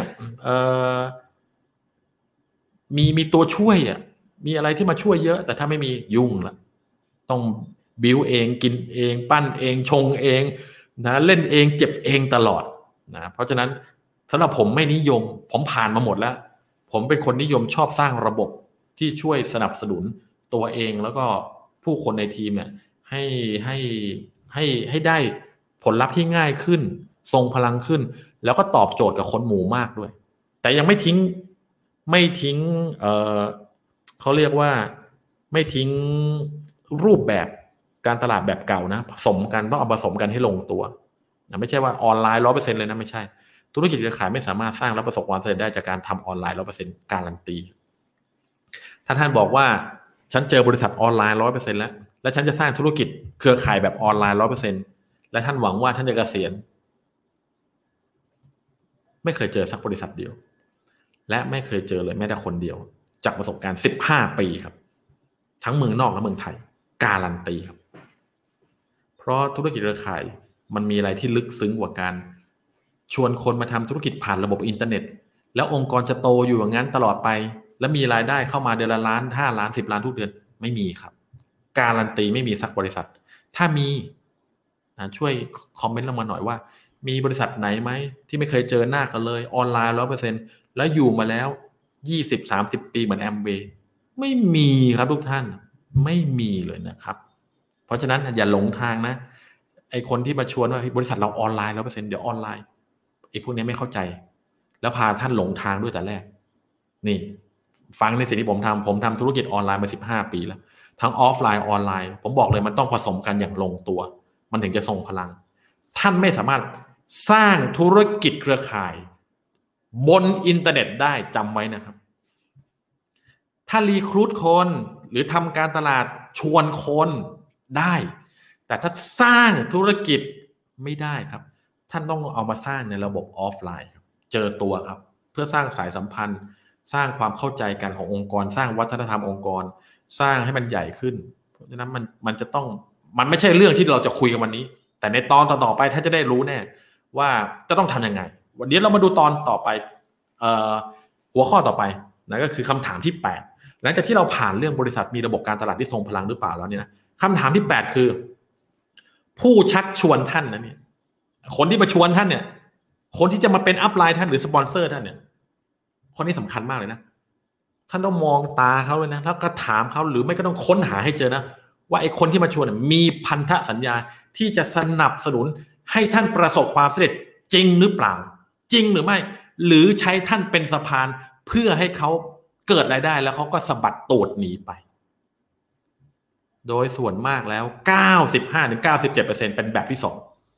มีตัวช่วยมีอะไรที่มาช่วยเยอะแต่ถ้าไม่มียุ่งละต้องบิวเองกินเองปั้นเองชงเองนะเล่นเองเจ็บเองตลอดนะเพราะฉะนั้นสำหรับผมไม่นิยมผมผ่านมาหมดแล้วผมเป็นคนนิยมชอบสร้างระบบที่ช่วยสนับสนุนตัวเองแล้วก็ผู้คนในทีมเนี่ยให้ได้ผลลัพธ์ที่ง่ายขึ้นทรงพลังขึ้นแล้วก็ตอบโจทย์กับคนหมู่มากด้วยแต่ยังไม่ทิ้งเขาเรียกว่าไม่ทิ้งรูปแบบการตลาดแบบเก่านะผสมกันต้องเอาผสมกันให้ลงตัวไม่ใช่ว่าออนไลน์ 100% เลยนะไม่ใช่ธุรกิจการขายไม่สามารถสร้างและประสบความสำเร็จได้จากการทำออนไลน์ 100% การันตีถ้าท่านบอกว่าฉันเจอบริษัทออนไลน์ 100% แล้วและฉันจะสร้างธุรกิจเครือข่ายแบบออนไลน์ 100% และท่านหวังว่าท่านจะเกษียณไม่เคยเจอสักบริษัทเดียวและไม่เคยเจอเลยแม้แต่คนเดียวจากประสบการณ์15 ปีครับทั้งเมืองนอกและเมืองไทยการันตีครับเพราะธุรกิจเครือข่ายมันมีอะไรที่ลึกซึ้งกว่าการชวนคนมาทำธุรกิจผ่านระบบอินเทอร์เน็ตแล้วองค์กรจะโตอยู่อย่างนั้นตลอดไปและมีรายได้เข้ามาเดือนละล้าน5 ล้าน10 ล้านทุกเดือนไม่มีครับการันตีไม่มีสักบริษัทถ้ามีช่วยคอมเมนต์ลงมาหน่อยว่ามีบริษัทไหนไหมที่ไม่เคยเจอหน้ากันเลยออนไลน์ 100% แล้วอยู่มาแล้ว20-30 ปีเหมือนแอมเวย์ไม่มีครับทุกท่านไม่มีเลยนะครับเพราะฉะนั้นอย่าหลงทางนะไอคนที่มาชวนว่าบริษัทเราออนไลน์ 100% เดี๋ยวออนไลน์ไอพวกนี้ไม่เข้าใจแล้วพาท่านหลงทางด้วยแต่แรกนี่ฟังในสิ่งที่ผมทำธุรกิจออนไลน์มา15 ปีแล้วทั้งออฟไลน์ออนไลน์ผมบอกเลยมันต้องผสมกันอย่างลงตัวมันถึงจะทรงพลังท่านไม่สามารถสร้างธุรกิจเครือข่ายบนอินเทอร์เน็ตได้จำไว้นะครับถ้ารีครูทคนหรือทำการตลาดชวนคนได้แต่ถ้าสร้างธุรกิจไม่ได้ครับท่านต้องเอามาสร้างในระบบออฟไลน์ครับเจอตัวครับเพื่อสร้างสายสัมพันธ์สร้างความเข้าใจกันขององค์กรสร้างวัฒนธรรมองค์กรสร้างให้มันใหญ่ขึ้นเพราะฉะนั้นมันจะต้องมันไม่ใช่เรื่องที่เราจะคุยกันวันนี้แต่ในตอนต่อไปท่านจะได้รู้แน่ว่าจะต้องทำยังไงวันนี้เรามาดูตอนต่อไปหัวข้อต่อไปนะก็คือคำถามที่8หลังจากที่เราผ่านเรื่องบริษัทมีระบบการตลาดที่ทรงพลังหรือเปล่าแล้วเนี่ยนะคำถามที่8คือผู้ชักชวนท่านนะเนี่ยคนที่มาชวนท่านเนี่ยคนที่จะมาเป็นอัพไลน์ท่านหรือสปอนเซอร์ท่านเนี่ยคนนี้สำคัญมากเลยนะท่านต้องมองตาเขาเลยนะแล้วก็ถามเขาหรือไม่ก็ต้องค้นหาให้เจอนะว่าไอ้คนที่มาชวนมีพันธสัญญาที่จะสนับสนุนให้ท่านประสบความสำเร็จจริงหรือเปล่าจริงหรือไม่หรือใช้ท่านเป็นสะพานเพื่อให้เขาเกิดรายได้แล้วเขาก็สะบัดตูดหนีไปโดยส่วนมากแล้ว 95-97% เป็นแบบที่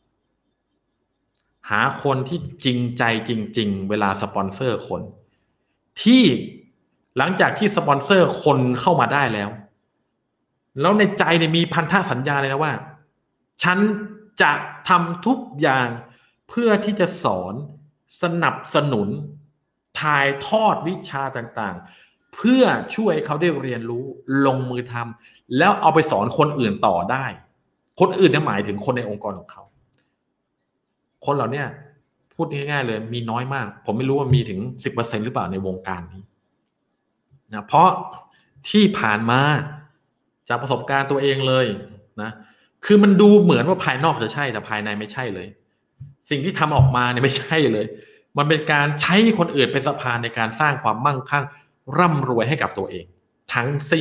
2หาคนที่จริงใจจริงๆเวลาสปอนเซอร์คนที่หลังจากที่สปอนเซอร์คนเข้ามาได้แล้วในใจเนี่ยมีพันธสัญญาเลยนะว่าฉันจะทำทุกอย่างเพื่อที่จะสอนสนับสนุนถ่ายทอดวิชาต่างๆเพื่อช่วยเขาได้เรียนรู้ลงมือทำแล้วเอาไปสอนคนอื่นต่อได้คนอื่นเนี่ยหมายถึงคนในองค์กรของเขาคนเหล่านี้พูดง่ายๆเลยมีน้อยมากผมไม่รู้ว่ามีถึง 10% หรือเปล่าในวงการนี้นะเพราะที่ผ่านมาจากประสบการณ์ตัวเองเลยนะคือมันดูเหมือนว่าภายนอกจะใช่แต่ภายในไม่ใช่เลยสิ่งที่ทำออกมาเนี่ยไม่ใช่เลยมันเป็นการใช้คนอื่นเป็นสะพานในการสร้างความมั่งคั่งร่ำรวยให้กับตัวเองทั้งสิ้น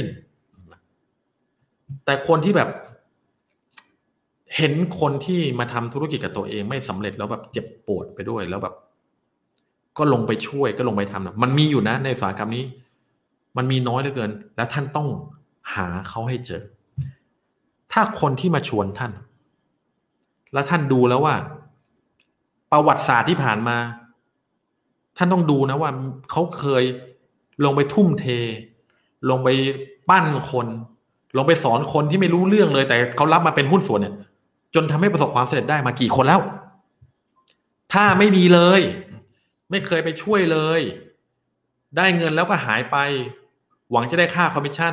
แต่คนที่แบบเห็นคนที่มาทำธุรกิจกับตัวเองไม่สำเร็จแล้วแบบเจ็บปวดไปด้วยแล้วแบบก็ลงไปช่วยก็ลงไปทำนะมันมีอยู่นะในอุตสาหกรรมนี้มันมีน้อยเหลือเกินแล้วท่านต้องหาเขาให้เจอถ้าคนที่มาชวนท่านแล้วท่านดูแล้วว่าประวัติศาสตร์ที่ผ่านมาท่านต้องดูนะว่าเขาเคยลงไปทุ่มเทลงไปปั้นคนลงไปสอนคนที่ไม่รู้เรื่องเลยแต่เขารับมาเป็นหุ้นส่วนเนี่ยจนทำให้ประสบความสำเร็จได้มากี่คนแล้วถ้าไม่มีเลยไม่เคยไปช่วยเลยได้เงินแล้วก็หายไปหวังจะได้ค่าคอมมิชชั่น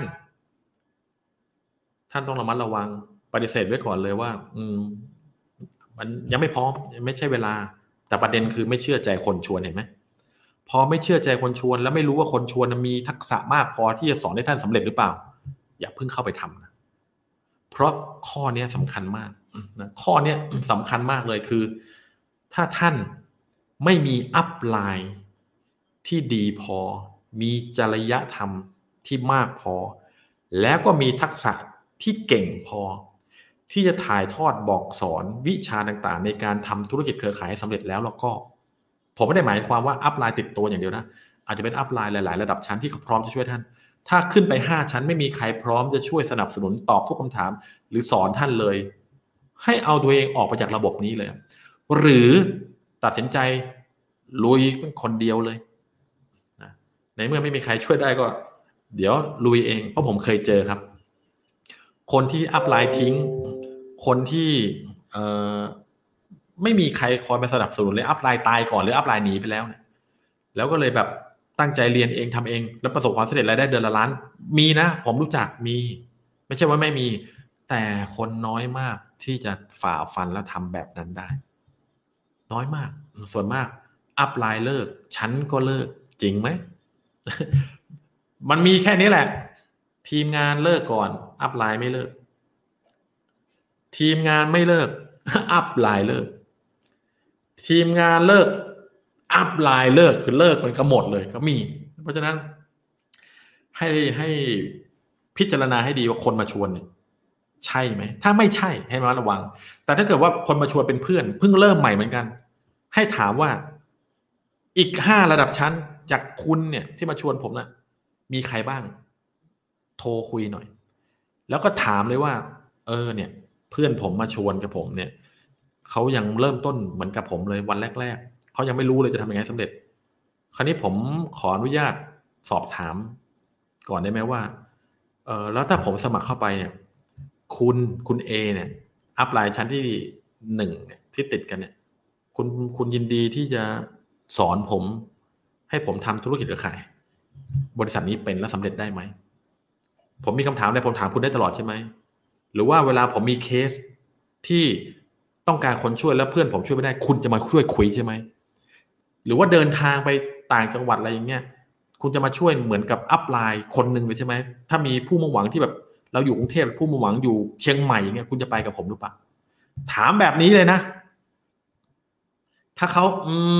ท่านต้องระมัดระวังปฏิเสธไว้ก่อนเลยว่ามันยังไม่พร้อมไม่ใช่เวลาแต่ประเด็นคือไม่เชื่อใจคนชวนเห็นไหมพอไม่เชื่อใจคนชวนแล้วไม่รู้ว่าคนชวนมีทักษะมากพอที่จะสอนให้ท่านสำเร็จหรือเปล่าอย่าเพิ่งเข้าไปทำนะเพราะข้อนี้สำคัญมากนะข้อนี้สำคัญมากเลยคือถ้าท่านไม่มีอัพไลน์ที่ดีพอมีจริยธรรมที่มากพอแล้วก็มีทักษะที่เก่งพอที่จะถ่ายทอดบอกสอนวิชาต่างๆในการทำธุรกิจเครือข่ายให้สำเร็จแล้วก็ผมไม่ได้หมายความว่าอัพไลน์ติดตัวอย่างเดียวนะอาจจะเป็นอัพไลน์หลายๆระดับชั้นที่พร้อมจะช่วยท่านถ้าขึ้นไป5ชั้นไม่มีใครพร้อมจะช่วยสนับสนุนตอบทุกคำถามหรือสอนท่านเลยให้เอาตัวเองออกไปจากระบบนี้เลยหรือตัดสินใจลุยเป็นคนเดียวเลยในเมื่อไม่มีใครช่วยได้ก็เดี๋ยวลุยเองเพราะผมเคยเจอครับคนที่อัพไลน์ทิ้งคนที่ไม่มีใครคอยมาสนับสนุนเลยอัพไลน์ตายก่อนหรืออัพไลน์หนีไปแล้วเนี่ยแล้วก็เลยแบบตั้งใจเรียนเองทำเองแล้วประสบความสำเร็จรายได้เดือนละล้านมีนะผมรู้จักมีไม่ใช่ว่าไม่มีแต่คนน้อยมากที่จะฝ่าฟันและทำแบบนั้นได้น้อยมากส่วนมากอัพไลน์เลิกฉันก็เลิกจริงไหม มันมีแค่นี้แหละทีมงานเลิกก่อนอัพไลน์ไม่เลิกทีมงานไม่เลิกอัพไลน์เลิกทีมงานเลิกอัพไลน์เลิกคือเลิกมันก็หมดเลยก็มีเพราะฉะนั้นให้พิจารณาให้ดีว่าคนมาชวนเนี่ยใช่ไหมถ้าไม่ใช่ให้ระวังแต่ถ้าเกิดว่าคนมาชวนเป็นเพื่อนเพิ่งเริ่มใหม่เหมือนกันให้ถามว่าอีก5ระดับชั้นจากคุณเนี่ยที่มาชวนผมน่ะมีใครบ้างโทรคุยหน่อยแล้วก็ถามเลยว่าเนี่ยเพื่อนผมมาชวนกับผมเนี่ยเขายังเริ่มต้นเหมือนกับผมเลยวันแรกๆเขายังไม่รู้เลยจะทำยังไงสำเร็จคราวนี้ผมขออนุญาตสอบถามก่อนได้ไหมว่าแล้วถ้าผมสมัครเข้าไปเนี่ยคุณเอเนี่ยอัพไลน์ชั้นที่1เนี่ยที่ติดกันเนี่ยคุณยินดีที่จะสอนผมให้ผมทำธุรกิจหรือขายบริษัทนี้เป็นและสำเร็จได้ไหมผมมีคำถามอะไรผมถามคุณได้ตลอดใช่ไหมหรือว่าเวลาผมมีเคสที่ต้องการคนช่วยแล้วเพื่อนผมช่วยไม่ได้คุณจะมาช่วยคุยใช่ไหมหรือว่าเดินทางไปต่างจังหวัดอะไรอย่างเงี้ยคุณจะมาช่วยเหมือนกับอัพไลน์คนหนึ่งเลยใช่ไหมถ้ามีผู้มุ่งหวังที่แบบเราอยู่กรุงเทพผู้มุ่งหวังอยู่เชียงใหม่เงี้ยคุณจะไปกับผมหรือเปล่าถามแบบนี้เลยนะถ้าเขา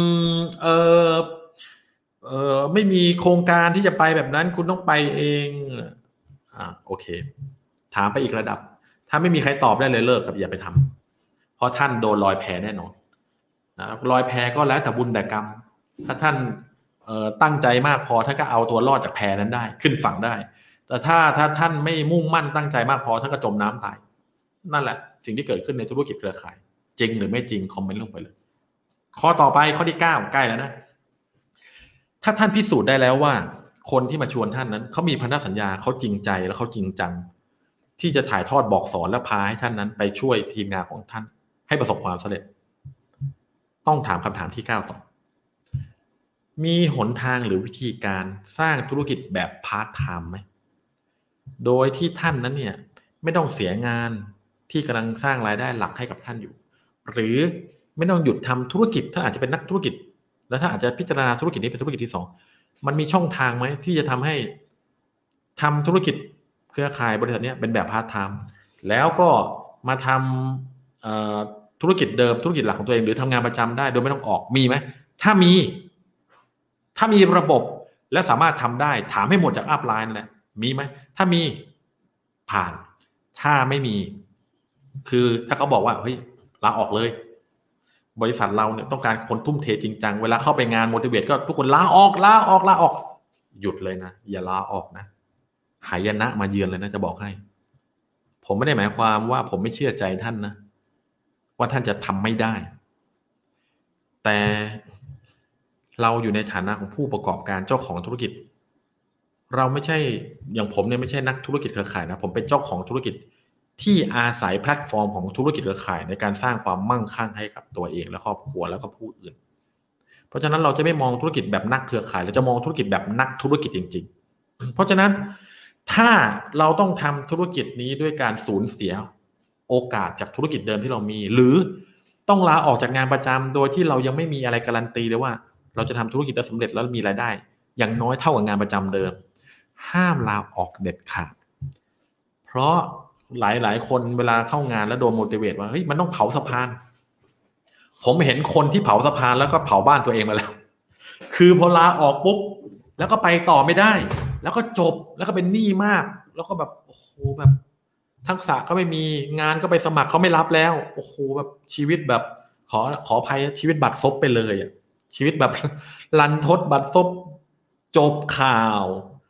ไม่มีโครงการที่จะไปแบบนั้นคุณต้องไปเองโอเคถามไปอีกระดับถ้าไม่มีใครตอบได้เลยเลิกครับอย่าไปทำเพราะท่านโดนลอยแพแน่นอนนะลอยแพก็แล้วแต่บุญแต่กรรมถ้าท่านตั้งใจมากพอท่านก็เอาตัวรอดจากแพนั้นได้ขึ้นฝั่งได้แต่ถ้าท่านไม่มุ่งมั่นตั้งใจมากพอท่านก็จมน้ำตายนั่นแหละสิ่งที่เกิดขึ้นในธุรกิจเครือข่ายจริงหรือไม่จริงคอมเมนต์ลงไปเลยข้อต่อไปข้อที่9ใกล้แล้วนะถ้าท่านพิสูจน์ได้แล้วว่าคนที่มาชวนท่านนั้นเขามีพันธสัญญาเขาจริงใจและเขาจริงจังที่จะถ่ายทอดบอกสอนและพาให้ท่านนั้นไปช่วยทีมงานของท่านให้ประสบความสำเร็จต้องถามคำถามที่9ต่อมีหนทางหรือวิธีการสร้างธุรกิจแบบพาร์ทไทม์ไหมโดยที่ท่านนั้นเนี่ยไม่ต้องเสียงานที่กำลังสร้างรายได้หลักให้กับท่านอยู่หรือไม่ต้องหยุดทำธุรกิจท่านอาจจะเป็นนักธุรกิจแล้วท่านอาจจะพิจารณาธุรกิจนี้เป็นธุรกิจที่2มันมีช่องทางไหมที่จะทำให้ทำธุรกิจเครือข่ายบริษัทนี้เป็นแบบพาร์ทไทม์แล้วก็มาทำธุรกิจเดิมธุรกิจหลักของตัวเองหรือทำงานประจำได้โดยไม่ต้องออกมีไหมถ้ามีระบบและสามารถทำได้ถามให้หมดจากอัพไลน์นั่นแหละมีไหมถ้ามีผ่านถ้าไม่มีคือถ้าเขาบอกว่าเฮ้ยลาออกเลยบริษัทเราเนี่ยต้องการคนทุ่มเทจริงจังเวลาเข้าไปงาน motivate ก็ทุกคนลาออกหยุดเลยนะอย่าลาออกนะหายนะมาเยือนเลยนะจะบอกให้ผมไม่ได้หมายความว่าผมไม่เชื่อใจท่านนะว่าท่านจะทำไม่ได้แต่เราอยู่ในฐานะของผู้ประกอบการเจ้าของธุรกิจเราไม่ใช่อย่างผมเนี่ยไม่ใช่นักธุรกิจเครือข่ายนะผมเป็นเจ้าของธุรกิจที่อาศัยแพลตฟอร์มของธุรกิจเครือข่ายในการสร้างความมั่งคั่งให้กับตัวเองและครอบครัวแล้วก็ผู้อื่นเพราะฉะนั้นเราจะไม่มองธุรกิจแบบนักเครือข่ายเราจะมองธุรกิจแบบนักธุรกิจจริงๆเพราะฉะนั้นถ้าเราต้องทำธุรกิจนี้ด้วยการสูญเสียโอกาสจากธุรกิจเดิมที่เรามีหรือต้องลาออกจากงานประจำโดยที่เรายังไม่มีอะไรการันตีเลยว่าเราจะทำธุรกิจได้สำเร็จแล้วมีรายได้อย่างน้อยเท่ากับงานประจำเดิมห้ามลาออกเด็ดขาดเพราะหลายคนเวลาเข้างานแล้วโดน motivate ว่าเฮ้ยมันต้องเผาสะพานผมเห็นคนที่เผาสะพานแล้วก็เผาบ้านตัวเองมาแล้วคือพอลาออกปุ๊บแล้วก็ไปต่อไม่ได้แล้วก็จบแล้วก็เป็นหนี้มากแล้วก็แบบโอ้โหแบบทักษะก็ไม่มีงานก็ไปสมัครเขาไม่รับแล้วโอ้โหแบบชีวิตแบบขออภัยชีวิตบัตรซบไปเลยอ่ะชีวิตแบบรันทดบัตรซบจบข่าว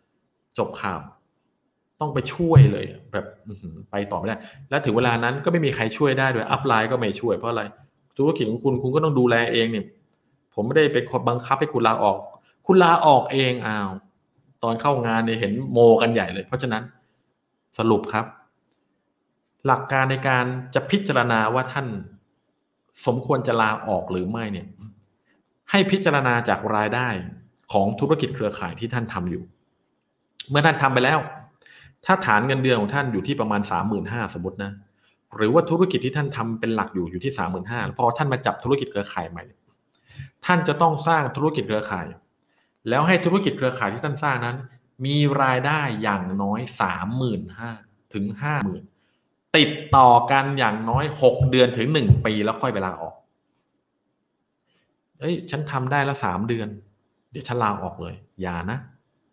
ต้องไปช่วยเลยแบบไปต่อไม่ได้แล้วถึงเวลานั้นก็ไม่มีใครช่วยได้ด้วยอัพไลน์ก็ไม่ช่วยเพราะอะไรธุรกิจของคุณก็ต้องดูแลเองเนี่ยผมไม่ได้เป็นคนบังคับให้คุณลาออกคุณลาออกเองตอนเข้างานเนี่ยเห็นโมกันใหญ่เลยเพราะฉะนั้นสรุปครับหลักการในการจะพิจารณาว่าท่านสมควรจะลาออกหรือไม่เนี่ยให้พิจารณาจากรายได้ของธุรกิจเครือข่ายที่ท่านทำอยู่เมื่อท่านทำไปแล้วถ้าฐานเงินเดือนของท่านอยู่ที่ประมาณ 35,000 สมมตินะหรือว่าธุรกิจที่ท่านทำเป็นหลักอยู่ที่ 35,000 พอท่านมาจับธุรกิจเครือข่ายใหม่ท่านจะต้องสร้างธุรกิจเครือข่ายแล้วให้ธุรกิจเครือข่ายที่ท่านสร้างนั้นมีรายได้อย่างน้อย 35,000 ถึง 50,000 ติดต่อกันอย่างน้อย6เดือนถึง1ปีแล้วค่อยไปลาออกฉันทำได้ละ3เดือนเดี๋ยวฉันลาออกเลยอย่านะ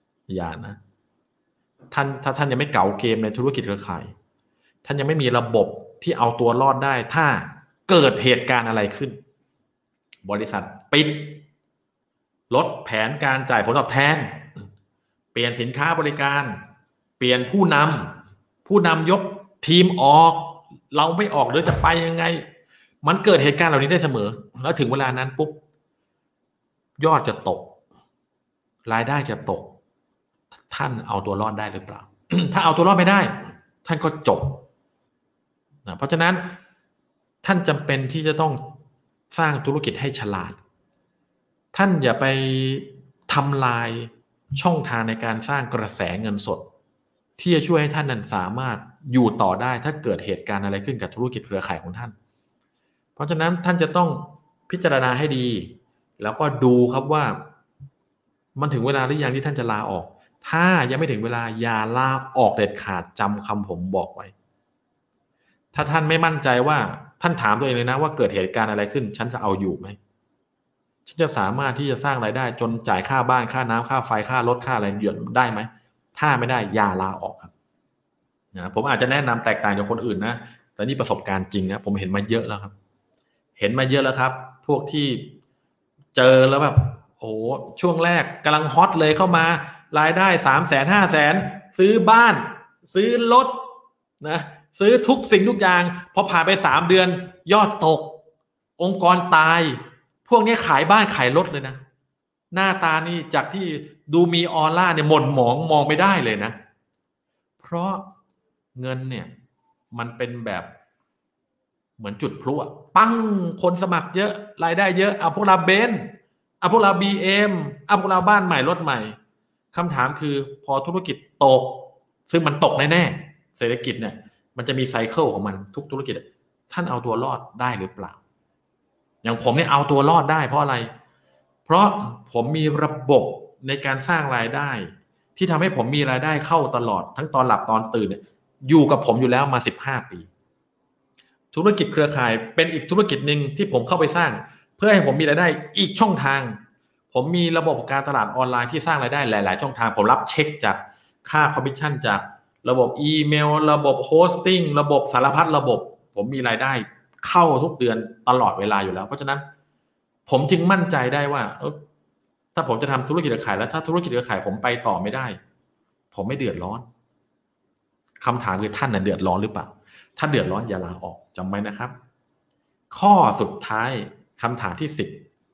ถ้าท่านยังไม่เก่าเกมในธุรกิจเครือข่ายท่านยังไม่มีระบบที่เอาตัวรอดได้ถ้าเกิดเหตุการณ์อะไรขึ้นบริษัทปิดลดแผนการจ่ายผลตอบแทนเปลี่ยนสินค้าบริการเปลี่ยนผู้นำยกทีมออกเราไม่ออกหรือจะไปยังไงมันเกิดเหตุการณ์เหล่านี้ได้เสมอแล้วถึงเวลานั้นปุ๊บยอดจะตกรายได้จะตกท่านเอาตัวรอดได้หรือเปล่า ถ้าเอาตัวรอดไม่ได้ท่านก็จบนะเพราะฉะนั้นท่านจำเป็นที่จะต้องสร้างธุรกิจให้ฉลาดท่านอย่าไปทำลายช่องทางในการสร้างกระแสเงินสดที่จะช่วยให้ท่านนั้นสามารถอยู่ต่อได้ถ้าเกิดเหตุการณ์อะไรขึ้นกับธุรกิจเครือข่ายของท่านเพราะฉะนั้นท่านจะต้องพิจารณาให้ดีแล้วก็ดูครับว่ามันถึงเวลาหรือยังที่ท่านจะลาออกถ้ายังไม่ถึงเวลาอย่าลาออกเด็ดขาดจำคำผมบอกไว้ถ้าท่านไม่มั่นใจว่าท่านถามตัวเองเลยนะว่าเกิดเหตุการณ์อะไรขึ้นฉันจะเอาอยู่ไหมฉันจะสามารถที่จะสร้างรายได้จนจ่ายค่าบ้านค่าน้ำค่าไฟค่ารถค่าอะไรเดือนได้ไหมถ้าไม่ได้อย่าลาออกครับนะผมอาจจะแนะนำแตกต่างจากคนอื่นนะแต่นี่ประสบการณ์จริงนะผมเห็นมาเยอะแล้วครับพวกที่เจอแล้วแบบโอ้ช่วงแรกกำลังฮอตเลยเข้ามารายได้ 300,000 500,000 ซื้อบ้านซื้อรถนะซื้อทุกสิ่งทุกอย่างพอผ่านไป3เดือนยอดตกองค์กรตายพวกนี้ขายบ้านขายรถเลยนะหน้าตานี่จากที่ดูมีออร่าเนี่ยหม่นหมองมองไม่ได้เลยนะเพราะเงินเนี่ยมันเป็นแบบเหมือนจุดพลุปั้งคนสมัครเยอะรายได้เยอะเอาพวกเราเบนซ์เอาพวกเรา BM เอาพวกเราบ้านใหม่รถใหม่คำถามคือพอธุรกิจตกซึ่งมันตกแน่ๆเศรษฐกิจเนี่ยมันจะมีไซเคิลของมันทุกธุรกิจท่านเอาตัวรอดได้หรือเปล่าอย่างผมเนี่ยเอาตัวรอดได้เพราะอะไรเพราะผมมีระบบในการสร้างรายได้ที่ทำให้ผมมีรายได้เข้าตลอดทั้งตอนหลับตอนตื่นเนี่ยอยู่กับผมอยู่แล้วมา15 ปีธุรกิจเครือข่ายเป็นอีกธุรกิจหนึ่งที่ผมเข้าไปสร้างเพื่อให้ผมมีรายได้อีกช่องทางผมมีระบบการตลาดออนไลน์ที่สร้างรายได้หลายๆช่องทางผมรับเช็คจากค่าคอมมิชชั่นจากระบบอีเมลระบบโฮสติ้งระบบสารพัดระบบผมมีรายได้เข้าทุกเดือนตลอดเวลาอยู่แล้วเพราะฉะนั้นผมจึงมั่นใจได้ว่าถ้าผมจะทำธุรกิจเครือข่ายแล้วถ้าธุรกิจเครือข่ายผมไปต่อไม่ได้ผมไม่เดือดร้อนคำถามคือท่านน่ะเดือดร้อนหรือเปล่าถ้าเดือดร้อนอย่าลาออกจำไว้นะครับข้อสุดท้ายคำถามที่10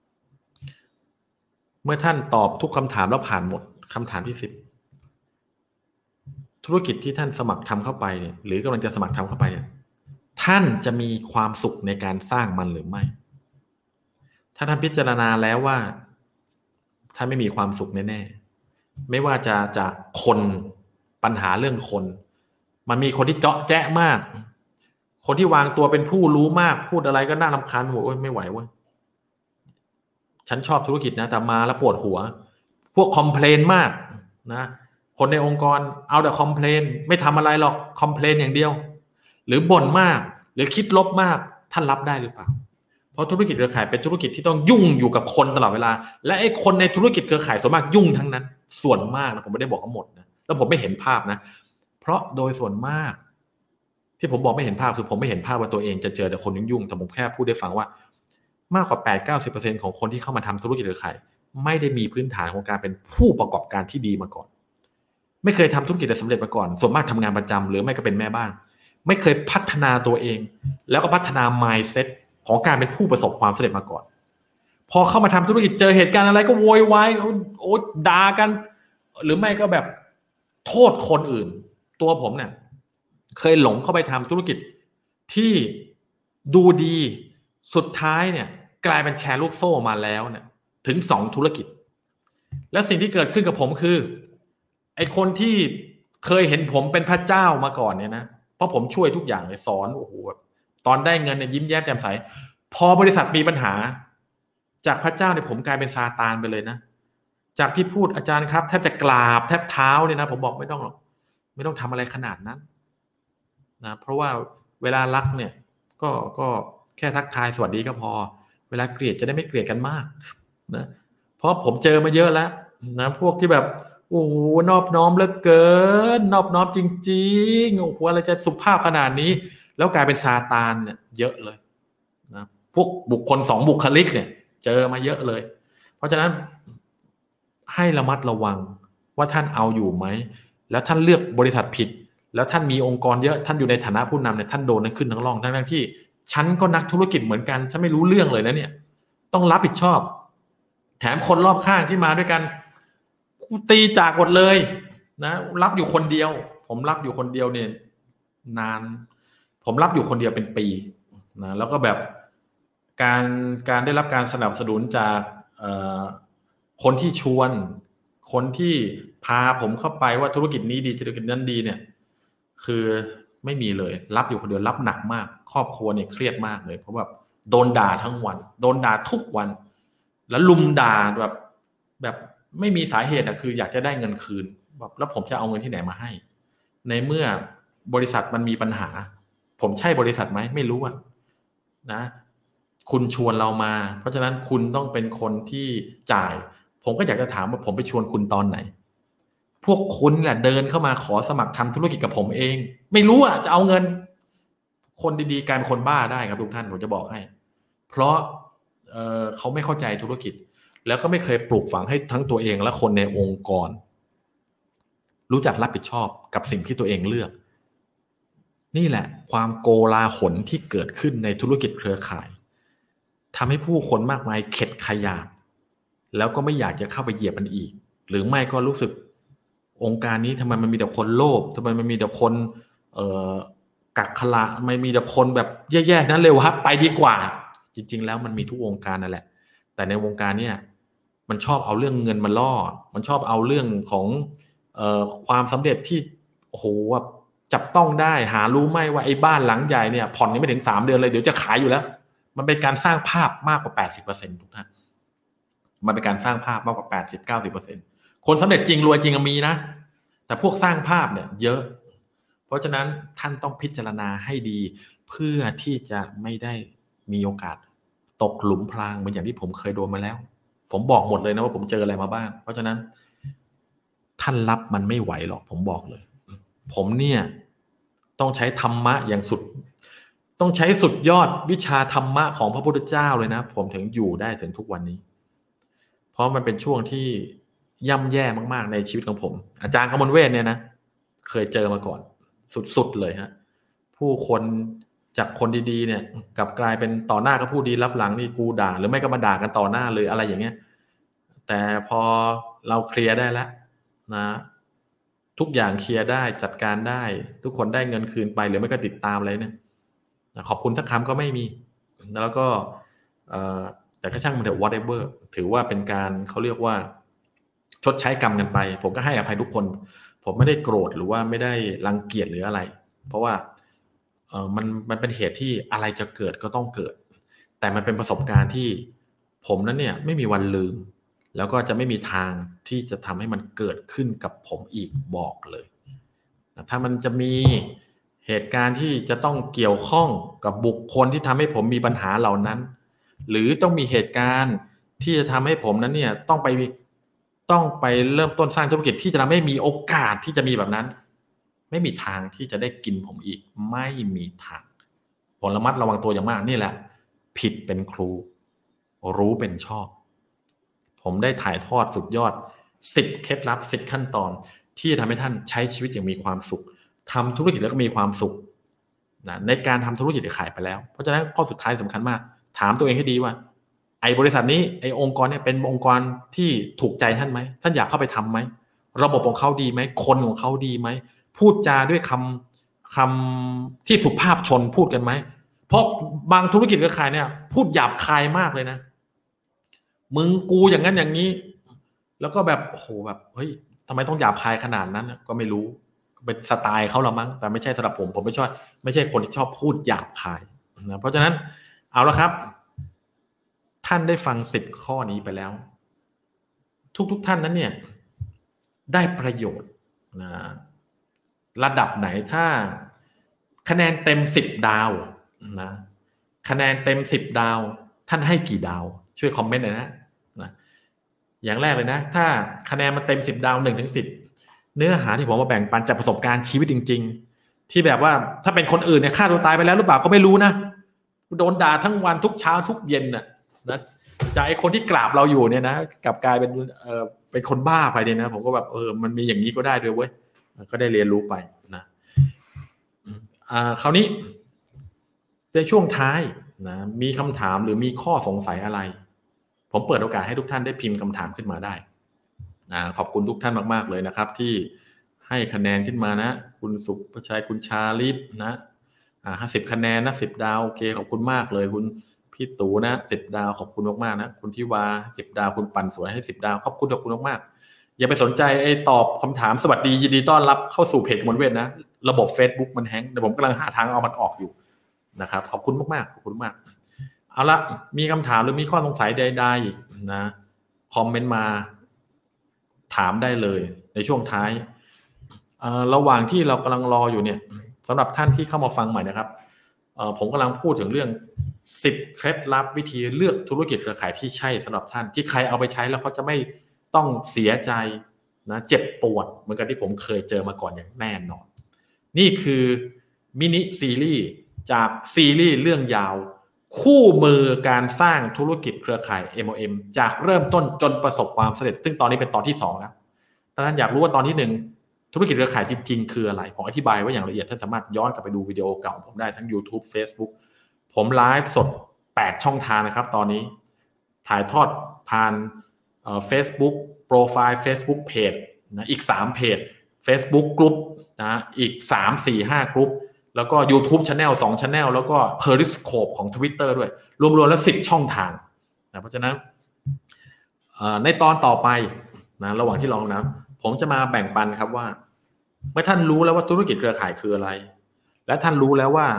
เมื่อท่านตอบทุกคำถามแล้วผ่านหมดคำถามที่10ธุรกิจที่ท่านสมัครทำเข้าไปเนี่ยหรือกำลังจะสมัครทำเข้าไปเนี่ยท่านจะมีความสุขในการสร้างมันหรือไม่ถ้าท่านพิจารณาแล้วว่าท่านไม่มีความสุขแน่ๆไม่ว่าจะจากคนปัญหาเรื่องคนมันมีคนที่เจาะแจ๊ะมากคนที่วางตัวเป็นผู้รู้มากพูดอะไรก็น่ารำคาญโอ้ยไม่ไหวเว้ยฉันชอบธุรกิจนะแต่มาแล้วปวดหัวพวกคอมเพลนมากนะคนในองค์กรเอาแต่คอมเพลนไม่ทำอะไรหรอกคอมเพลนอย่างเดียวหรือบ่นมากหรือคิดลบมากท่านรับได้หรือเปล่าเพราะธุรกิจเครือข่ายเป็นธุรกิจที่ต้องยุ่งอยู่กับคนตลอดเวลาและไอ้คนในธุรกิจเครือข่ายส่วนมากยุ่งทั้งนั้นส่วนมากนะผมไม่ได้บอกทั้งหมดนะแล้วผมไม่เห็นภาพนะเพราะโดยส่วนมากที่ผมบอกไม่เห็นภาพคือผมไม่เห็นภาพว่าตัวเองจะเจอแต่คนยุ่งๆแต่ผมแค่พูดได้ฟังว่ามากกว่า 8-90% ของคนที่เข้ามาทำธุรกิจเครือข่ายไม่ได้มีพื้นฐานของการเป็นผู้ประกอบการที่ดีมาก่อนไม่เคยทำธุรกิจสำเร็จมาก่อนส่วนมากทำงานประจำหรือไม่ก็เป็นแม่บ้านไม่เคยพัฒนาตัวเองแล้วก็พัฒนา mindset ของการเป็นผู้ประสบความสำเร็จมาก่อนพอเข้ามาทำธุรกิจเจอเหตุการณ์อะไรก็โวยวายโอ๊ยด่ากันหรือไม่ก็แบบโทษคนอื่นตัวผมเนี่ยเคยหลงเข้าไปทำธุรกิจที่ดูดีสุดท้ายเนี่ยกลายเป็นแชร์ลูกโซ่มาแล้วเนี่ยถึง2ธุรกิจและสิ่งที่เกิดขึ้นกับผมคือไอ้คนที่เคยเห็นผมเป็นพระเจ้ามาก่อนเนี่ยนะเพราะผมช่วยทุกอย่างเลยสอนโอ้โหตอนได้เงินเนี่ยยิ้มแย้มแจ่มใสพอบริษัทมีปัญหาจากพระเจ้าเนี่ยผมกลายเป็นซาตานไปเลยนะจากที่พูดอาจารย์ครับแทบจะกราบแทบเท้าเนี่ยนะผมบอกไม่ต้องหรอกไม่ต้องทำอะไรขนาดนั้นนะเพราะว่าเวลารักเนี่ยก็แค่ทักทายสวัสดีก็พอเวลาเกลียดจะได้ไม่เกลียดกันมากนะเพราะผมเจอมาเยอะแล้วนะพวกที่แบบโอ้โหนอบน้อมเหลือเกินนอบน้อมจริงๆโอ้โหอะไรจะสุภาพขนาดนี้แล้วกลายเป็นซาตานเนี่ยเยอะเลยนะพวกบุคคล2บุคลิกเนี่ยเจอมาเยอะเลยเพราะฉะนั้นให้ระมัดระวังว่าท่านเอาอยู่ไหมแล้วท่านเลือกบริษัทผิดแล้วท่านมีองค์กรเยอะท่านอยู่ในฐานะผู้นำเนี่ยท่านโดนนั้นขึ้นทั้งร่องทั้งที่ฉันก็นักธุรกิจเหมือนกันฉันไม่รู้เรื่องเลยนะเนี่ยต้องรับผิดชอบแถมคนรอบข้างที่มาด้วยกันตีจากหมดเลยนะรับอยู่คนเดียวผมรับอยู่คนเดียวเนี่ยนานผมรับอยู่คนเดียวเป็นปีนะแล้วก็แบบการได้รับการสนับสนุนจากคนที่ชวนคนที่พาผมเข้าไปว่าธุรกิจนี้ดีธุรกิจนั้นดีเนี่ยคือไม่มีเลยรับอยู่คนเดียวรับหนักมากครอบครัวเนี่ยเครียดมากเลยเพราะแบบโดนด่าทั้งวันโดนด่าทุกวันแล้วลุมด่าแบบไม่มีสาเหตุคืออยากจะได้เงินคืนแบบแล้วผมจะเอาเงินที่ไหนมาให้ในเมื่อบริษัทมันมีปัญหาผมใช่บริษัทไหมไม่รู้นะคุณชวนเรามาเพราะฉะนั้นคุณต้องเป็นคนที่จ่ายผมก็อยากจะถามว่าผมไปชวนคุณตอนไหนพวกคุณแหละเดินเข้ามาขอสมัครทำธุรกิจกับผมเองไม่รู้จะเอาเงินคนดีๆกลายเป็นคนบ้าได้ครับทุกท่านผมจะบอกให้เพราะเขาไม่เข้าใจธุรกิจแล้วก็ไม่เคยปลูกฝังให้ทั้งตัวเองและคนในองค์กรรู้จักรับผิดชอบกับสิ่งที่ตัวเองเลือกนี่แหละความโกลาหลที่เกิดขึ้นในธุรกิจเครือข่ายทำให้ผู้คนมากมายเข็ดขยาดแล้วก็ไม่อยากจะเข้าไปเหยียบมันอีกหรือไม่ก็รู้สึกองค์การนี้ทำไมมันมีแต่คนโลภทำไมมันมีแต่คนกักขระไม่มีแต่คนแบบแย่ๆนั้นเร็วครับไปดีกว่าจริงๆแล้วมันมีทุกวงการนั่นแหละแต่ในวงการเนี่ยมันชอบเอาเรื่องเงินมาล่อมันชอบเอาเรื่องของความสำเร็จที่โอ้โหจับต้องได้หารู้ไหมว่าไอ้บ้านหลังใหญ่เนี่ยผ่อนยังไม่ถึง3 เดือนเลยเดี๋ยวจะขายอยู่แล้วมันเป็นการสร้างภาพมากกว่า 80% ทุกท่านมันเป็นการสร้างภาพมากกว่า 80-90% คนสำเร็จจริงรวยจริงมีนะแต่พวกสร้างภาพเนี่ยเยอะเพราะฉะนั้นท่านต้องพิจารณาให้ดีเพื่อที่จะไม่ได้มีโอกาสตกหลุมพรางเหมือนอย่างที่ผมเคยโดนมาแล้วผมบอกหมดเลยนะว่าผมเจออะไรมาบ้างเพราะฉะนั้นท่านรับมันไม่ไหวหรอกผมบอกเลยผมเนี่ยต้องใช้ธรรมะอย่างสุดต้องใช้สุดยอดวิชาธรรมะของพระพุทธเจ้าเลยนะผมถึงอยู่ได้ถึงทุกวันนี้เพราะมันเป็นช่วงที่ย่ำแย่มากๆในชีวิตของผมอาจารย์กมลเวทเนี่ยนะเคยเจอมาก่อนสุดๆเลยฮะผู้คนจากคนดีๆเนี่ยกลับกลายเป็นต่อหน้าก็พูดดีรับหลังนี่กูด่าหรือไม่ก็มาด่ากันต่อหน้าเลยอะไรอย่างเงี้ยแต่พอเราเคลียร์ได้แล้วนะทุกอย่างเคลียร์ได้จัดการได้ทุกคนได้เงินคืนไปหรือไม่ก็ติดตามอะไรเนี่ยขอบคุณสักคำก็ไม่มีแล้วก็แต่ก็ช่างมันเถอะ whatever ถือว่าเป็นการเขาเรียกว่าชดใช้กรรมกันไปผมก็ให้อภัยทุกคนผมไม่ได้โกรธหรือว่าไม่ได้รังเกียจหรืออะไรเพราะว่ามันเป็นเหตุที่อะไรจะเกิดก็ต้องเกิดแต่มันเป็นประสบการณ์ที่ผมนั้นเนี่ยไม่มีวันลืมแล้วก็จะไม่มีทางที่จะทำให้มันเกิดขึ้นกับผมอีกบอกเลยถ้ามันจะมีเหตุการณ์ที่จะต้องเกี่ยวข้องกับบุคคลที่ทำให้ผมมีปัญหาเหล่านั้นหรือต้องมีเหตุการณ์ที่จะทำให้ผมนั้นเนี่ยต้องไปเริ่มต้นสร้างธุรกิจที่จะทำให้มีโอกาสที่จะมีแบบนั้นไม่มีทางที่จะได้กินผมอีกไม่มีทางผมระมัดระวังตัวอย่างมากนี่แหละผิดเป็นครูรู้เป็นชอบผมได้ถ่ายทอดสุดยอด10เคล็ดลับ10ขั้นตอนที่จะทำให้ท่านใช้ชีวิตอย่างมีความสุขทำธุรกิจแล้วก็มีความสุขนะในการทำธุรกิจขายไปแล้วเพราะฉะนั้นข้อสุดท้ายสำคัญมากถามตัวเองให้ดีว่าไอ้บริษัทนี้ไอ้องค์กรเนี่ยเป็นองค์กรที่ถูกใจท่านไหมท่านอยากเข้าไปทำไหมระบบของเขาดีไหมคนของเขาดีไหมพูดจาด้วยคำที่สุภาพชนพูดกันไหมเพราะบางธุรกิจเครือข่ายเนี่ยพูดหยาบคายมากเลยนะมึงกูอย่างนั้นอย่างนี้แล้วก็แบบโอ้โหแบบเฮ้ยทำไมต้องหยาบคายขนาดนั้นก็ไม่รู้เป็นสไตล์เขาละมั้งแต่ไม่ใช่สำหรับผมไม่ชอบไม่ใช่คนที่ชอบพูดหยาบคายนะเพราะฉะนั้นเอาละครับท่านได้ฟัง10ข้อนี้ไปแล้วทุกท่านนั้นเนี่ยได้ประโยชน์นะระดับไหนถ้าคะแนนเต็ม10 ดาวนะคะแนนเต็ม10 ดาวท่านให้กี่ดาวช่วยคอมเมนต์หน่อยนะอย่างแรกเลยนะถ้าคะแนนมันเต็ม10 ดาว1 ถึง 10เนื้อหาที่ผมมาแบ่งปันจากประสบการณ์ชีวิตจริงๆที่แบบว่าถ้าเป็นคนอื่นเนี่ยฆ่าตัวตายไปแล้วหรือเปล่าก็ไม่รู้นะโดนด่าทั้งวันทุกเช้าทุกเย็นนะจากไอ้คนที่กราบเราอยู่เนี่ยนะกลับกลายเป็นคนบ้าไปเนี่ยนะผมก็แบบมันมีอย่างนี้ก็ได้ด้วยเว้ยก็ได้เรียนรู้ไปนะคราวนี้ในช่วงท้ายนะมีคำถามหรือมีข้อสงสัยอะไรผมเปิดโอกาสให้ทุกท่านได้พิมพ์คำถามขึ้นมาได้ขอบคุณทุกท่านมากๆเลยนะครับที่ให้คะแนนขึ้นมานะคุณสุภชัยคุณชาลิฟนะ50 คะแนนนะ10 ดาวโอเคขอบคุณมากเลยคุณพี่ตู่นะ10 ดาวขอบคุณมากๆนะคุณทิวา10 ดาวคุณปั่นสวยให้10 ดาวขอบคุณมากๆอย่าไปสนใจไอ้ตอบคำถามสวัสดียินดีต้อนรับเข้าสู่เพจมนเวทนะระบบ Facebook มันแฮงก์แต่ผมกำลังหาทางเอามันออกอยู่นะครับขอบคุณมากๆขอบคุณมากเอาละมีคำถามหรือมีข้อสงสัยใดๆนะคอมเมนต์มาถามได้เลยในช่วงท้ายระหว่างที่เรากำลังรออยู่เนี่ยสำหรับท่านที่เข้ามาฟังใหม่นะครับผมกำลังพูดถึงเรื่อง10 เคล็ดลับวิธีเลือกธุรกิจเครือข่ายที่ใช่สำหรับท่านที่ใครเอาไปใช้แล้วเขาจะไม่ต้องเสียใจนะเจ็บปวดเหมือนกับที่ผมเคยเจอมาก่อนอย่างแน่นอนนี่คือมินิซีรีส์จากซีรีส์เรื่องยาวคู่มือการสร้างธุรกิจเครือข่าย MLM จากเริ่มต้นจนประสบความสำเร็จซึ่งตอนนี้เป็นตอนที่2แล้วถ้าท่านอยากรู้ว่าตอนที่1ธุรกิจเครือข่ายจริงๆคืออะไรผมอธิบายไว้อย่างละเอียดท่านสามารถย้อนกลับไปดูวิดีโอเก่าของผมได้ทั้ง YouTube Facebook ผมไลฟ์สด8 ช่องทางนะครับตอนนี้ถ่ายทอดผ่านFacebook โปรไฟล์ Facebook Page นะอีก3เพจ Facebook Group นะอีก3 4 5 Group แล้วก็ YouTube Channel 2 Channel แล้วก็ Periscope ของ Twitter ด้วยรวมๆแล้ว10 ช่องทางนะเพราะฉะนั้นในตอนต่อไปนะระหว่างที่ลองนะผมจะมาแบ่งปันครับว่าเมื่อท่านรู้แล้วว่าธุรกิจเครือข่ายคืออะไรและท่านรู้แล้วว่า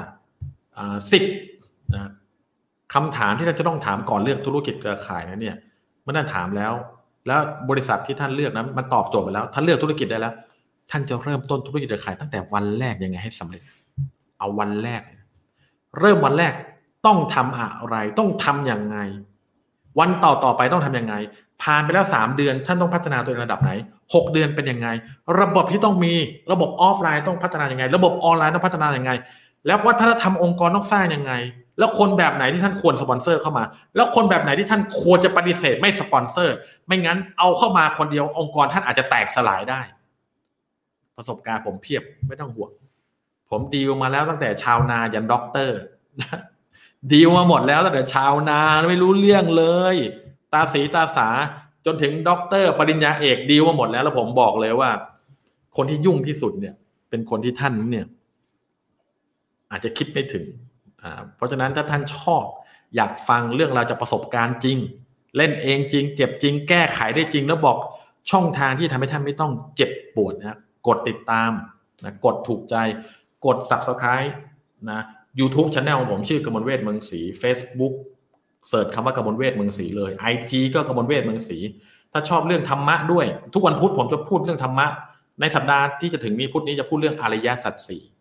10นะคำถามที่ท่านจะต้องถามก่อนเลือกธุรกิจเครือข่ายนะเนี่ยเมื่อท่านถามแล้วบริษัทที่ท่านเลือกนะมันตอบโจทย์ไปแล้วท่านเลือกธุรกิจได้แล้วท่านจะเริ่มต้นธุรกิจเครือข่ายตั้งแต่วันแรกยังไงให้สำเร็จเอาวันแรกเริ่มวันแรกต้องทำอะไรต้องทำยังไงวันต่อไปต้องทำยังไงผ่านไปแล้ว3 เดือนท่านต้องพัฒนาตัวเองระดับไหน6 เดือนเป็นยังไงระบบที่ต้องมีระบบออฟไลน์ต้องพัฒนายังไงระบบออนไลน์ต้องพัฒนายังไงแล้ววัฒนธรรมองค์กรต้องสร้างยังไงแล้วคนแบบไหนที่ท่านควรสปอนเซอร์เข้ามาแล้วคนแบบไหนที่ท่านควรจะปฏิเสธไม่สปอนเซอร์ไม่งั้นเอาเข้ามาคนเดียวองค์กรท่านอาจจะแตกสลายได้ประสบการณ์ผมเพียบไม่ต้องห่วงผมดีลมาแล้วตั้งแต่ชาวนายันด็อกเตอร์ดีลมาหมดแล้วตั้งแต่ชาวนาไม่รู้เรื่องเลยตาสีตาสาจนถึงด็อกเตอร์ปริญญาเอกดีลมาหมดแล้วผมบอกเลยว่าคนที่ยุ่งที่สุดเนี่ยเป็นคนที่ท่านเนี่ยอาจจะคิดไม่ถึงเพราะฉะนั้นถ้าท่านชอบอยากฟังเรื่องราวจากประสบการณ์จริงเล่นเองจริงเจ็บจริงแก้ไขได้จริงแล้วบอกช่องทางที่ทำให้ท่านไม่ต้องเจ็บปวดนะกดติดตามนะกดถูกใจกด Subscribe นะ YouTube Channel ของผมชื่อกมลเวทเมืองศรี Facebook เสิร์ชคำว่ากมลเวทเมืองศรีเลย IG ก็กมลเวทเมืองศรีถ้าชอบเรื่องธรรมะด้วยทุกวันพุธผมจะพูดเรื่องธรรมะในสัปดาห์ที่จะถึงนี้พุธนี้จะพูดเรื่องอริยสัจ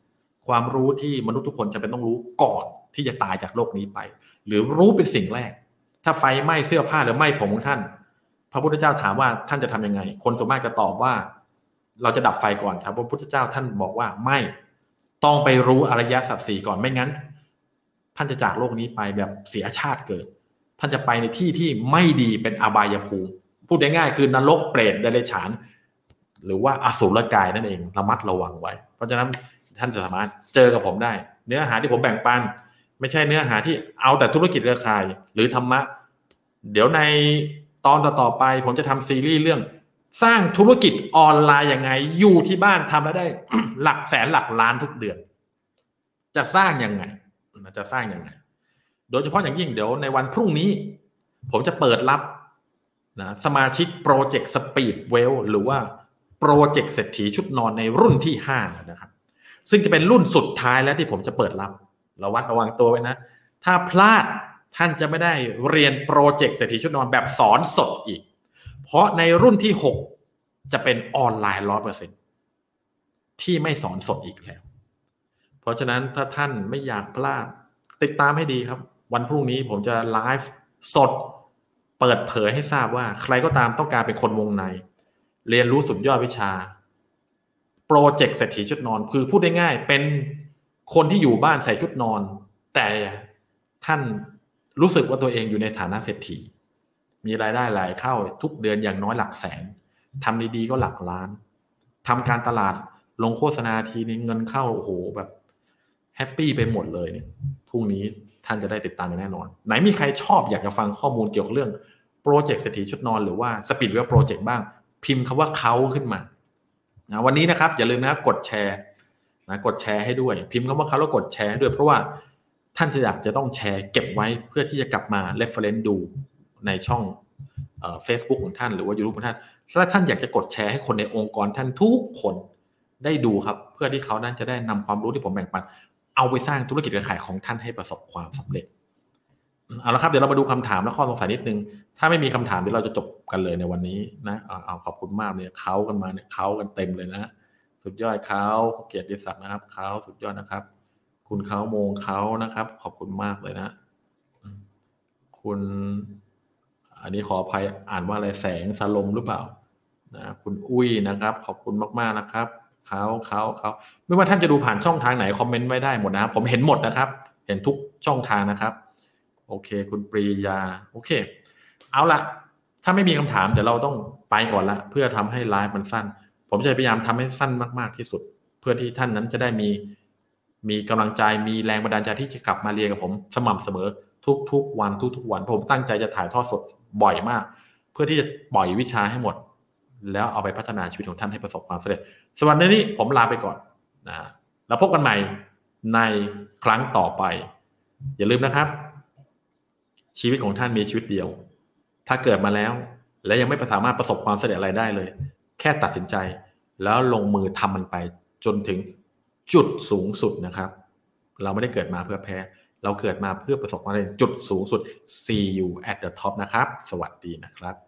4ความรู้ที่มนุษย์ทุกคนจะเป็นต้องรู้ก่อนที่จะตายจากโลกนี้ไปหรือรู้เป็นสิ่งแรกถ้าไฟไหม้เสื้อผ้าหรือไหม้ผมของท่านพระพุทธเจ้าถามว่าท่านจะทำยังไงคนส่วนมากจะตอบว่าเราจะดับไฟก่อนครับพระพุทธเจ้าท่านบอกว่าไม่ต้องไปรู้อริยสัจ4ก่อนไม่งั้นท่านจะจากโลกนี้ไปแบบเสียชาติเกิดท่านจะไปในที่ที่ไม่ดีเป็นอบายภูมิพูดง่ายๆคือนรกเปรตเดรัจฉานหรือว่าอสุรกายนั่นเองระมัดระวังไว้เพราะฉะนั้นท่านจะสามารถเจอกับผมได้เนื้อหาที่ผมแบ่งปันไม่ใช่เนื้อหาที่เอาแต่ธุรกิจเครือข่ายหรือธรรมะเดี๋ยวในตอนต่อไปผมจะทำซีรีส์เรื่องสร้างธุรกิจออนไลน์ยังไงอยู่ที่บ้านทำแล้วได้ หลักแสนหลักล้านทุกเดือนจะสร้างยังไงโดยเฉพาะอย่างยิ่งเดี๋ยวในวันพรุ่งนี้ผมจะเปิดรับนะสมาชิกโปรเจกต์สปีดเวลหรือว่าโปรเจกต์เศรษฐีชุดนอนในรุ่นที่5นะครับซึ่งจะเป็นรุ่นสุดท้ายแล้วที่ผมจะเปิดรับระวังตัวไว้นะถ้าพลาดท่านจะไม่ได้เรียนโปรเจกต์เศรษฐีชุดนอนแบบสอนสดอีกเพราะในรุ่นที่6จะเป็นออนไลน์ 100% ที่ไม่สอนสดอีกแล้วเพราะฉะนั้นถ้าท่านไม่อยากพลาดติดตามให้ดีครับวันพรุ่งนี้ผมจะไลฟ์สดเปิดเผยให้ทราบว่าใครก็ตามต้องการเป็นคนวงในเรียนรู้สุดยอดวิชาโปรเจกต์เศรษฐีชุดนอนคือพูดได้ง่ายเป็นคนที่อยู่บ้านใส่ชุดนอนแต่ท่านรู้สึกว่าตัวเองอยู่ในฐานะเศรษฐีมีรายได้ไหลเข้าทุกเดือนอย่างน้อยหลักแสนทำดีๆก็หลักล้านทำการตลาดลงโฆษณาทีนี้เงินเข้าโอ้โหแบบแฮปปี้ไปหมดเลยเนี่ยพรุ่งนี้ท่านจะได้ติดตามแน่นอนไหนมีใครชอบอยากจะฟังข้อมูลเกี่ยวกับเรื่องโปรเจกต์เศรษฐีชุดนอนหรือว่าสปีดเวลโปรเจกต์บ้างพิมพ์คำว่าเขาขึ้นมานะวันนี้นะครับอย่าลืมนะครับกดแชร์นะกดแชร์ให้ด้วยพิมพ์คำว่าเขาแล้วกดแชร์ให้ด้วยเพราะว่าท่านจะต้องแชร์เก็บไว้เพื่อที่จะกลับมา reference ดูในช่องFacebook ของท่านหรือว่า YouTube ของท่านถ้าท่านอยากจะกดแชร์ให้คนในองค์กรท่านทุกคนได้ดูครับเพื่อที่เขานั้นจะได้นำความรู้ที่ผมแบ่งปันเอาไปสร้างธุรกิจเครือข่ายของท่านให้ประสบความสำเร็จเอาละครับเดี๋ยวเรามาดูคำถามและข้อสงสัยนิดนึงถ้าไม่มีคำถามเดี๋ยวเราจะจบกันเลยในวันนี้นะเอาขอบคุณมากเลยเขากันมาเนี่ยเขากันเต็มเลยนะสุดยอดเขาเกียรติศักดิ์นะครับเขาสุดยอดนะครับคุณเขาโมงเขานะครับขอบคุณมากเลยนะคุณอันนี้ขออภัยอ่านว่าอะไรแสงสลมหรือเปล่านะคุณอุ้ยนะครับขอบคุณมากๆนะครับเขาไม่ว่าท่านจะดูผ่านช่องทางไหนคอมเมนต์ไว้ได้หมดนะครับผมเห็นหมดนะครับเห็นทุกช่องทางนะครับโอเคคุณปรียาโอเคเอาละถ้าไม่มีคำถามเดี๋ยวเราต้องไปก่อนละเพื่อทำให้ไลฟ์มันสั้นผมจะพยายามทำให้สั้นมากๆที่สุดเพื่อที่ท่านนั้นจะได้มีกำลังใจมีแรงบันดาลใจที่จะกลับมาเรียนกับผมสม่ำเสมอทุกวันผมตั้งใจจะถ่ายทอดสดบ่อยมากเพื่อที่จะปล่อยวิชาให้หมดแล้วเอาไปพัฒนาชีวิตของท่านให้ประสบความสำเร็จสวัสดีนี้ผมลาไปก่อนนะแล้วพบกันใหม่ในครั้งต่อไปอย่าลืมนะครับชีวิตของท่านมีชีวิตเดียวถ้าเกิดมาแล้วและยังไม่สามารถประสบความสำเร็จอะไรได้เลยแค่ตัดสินใจแล้วลงมือทำมันไปจนถึงจุดสูงสุดนะครับเราไม่ได้เกิดมาเพื่อแพ้เราเกิดมาเพื่อประสบความสำเร็จจุดสูงสุด See you at the top นะครับสวัสดีนะครับ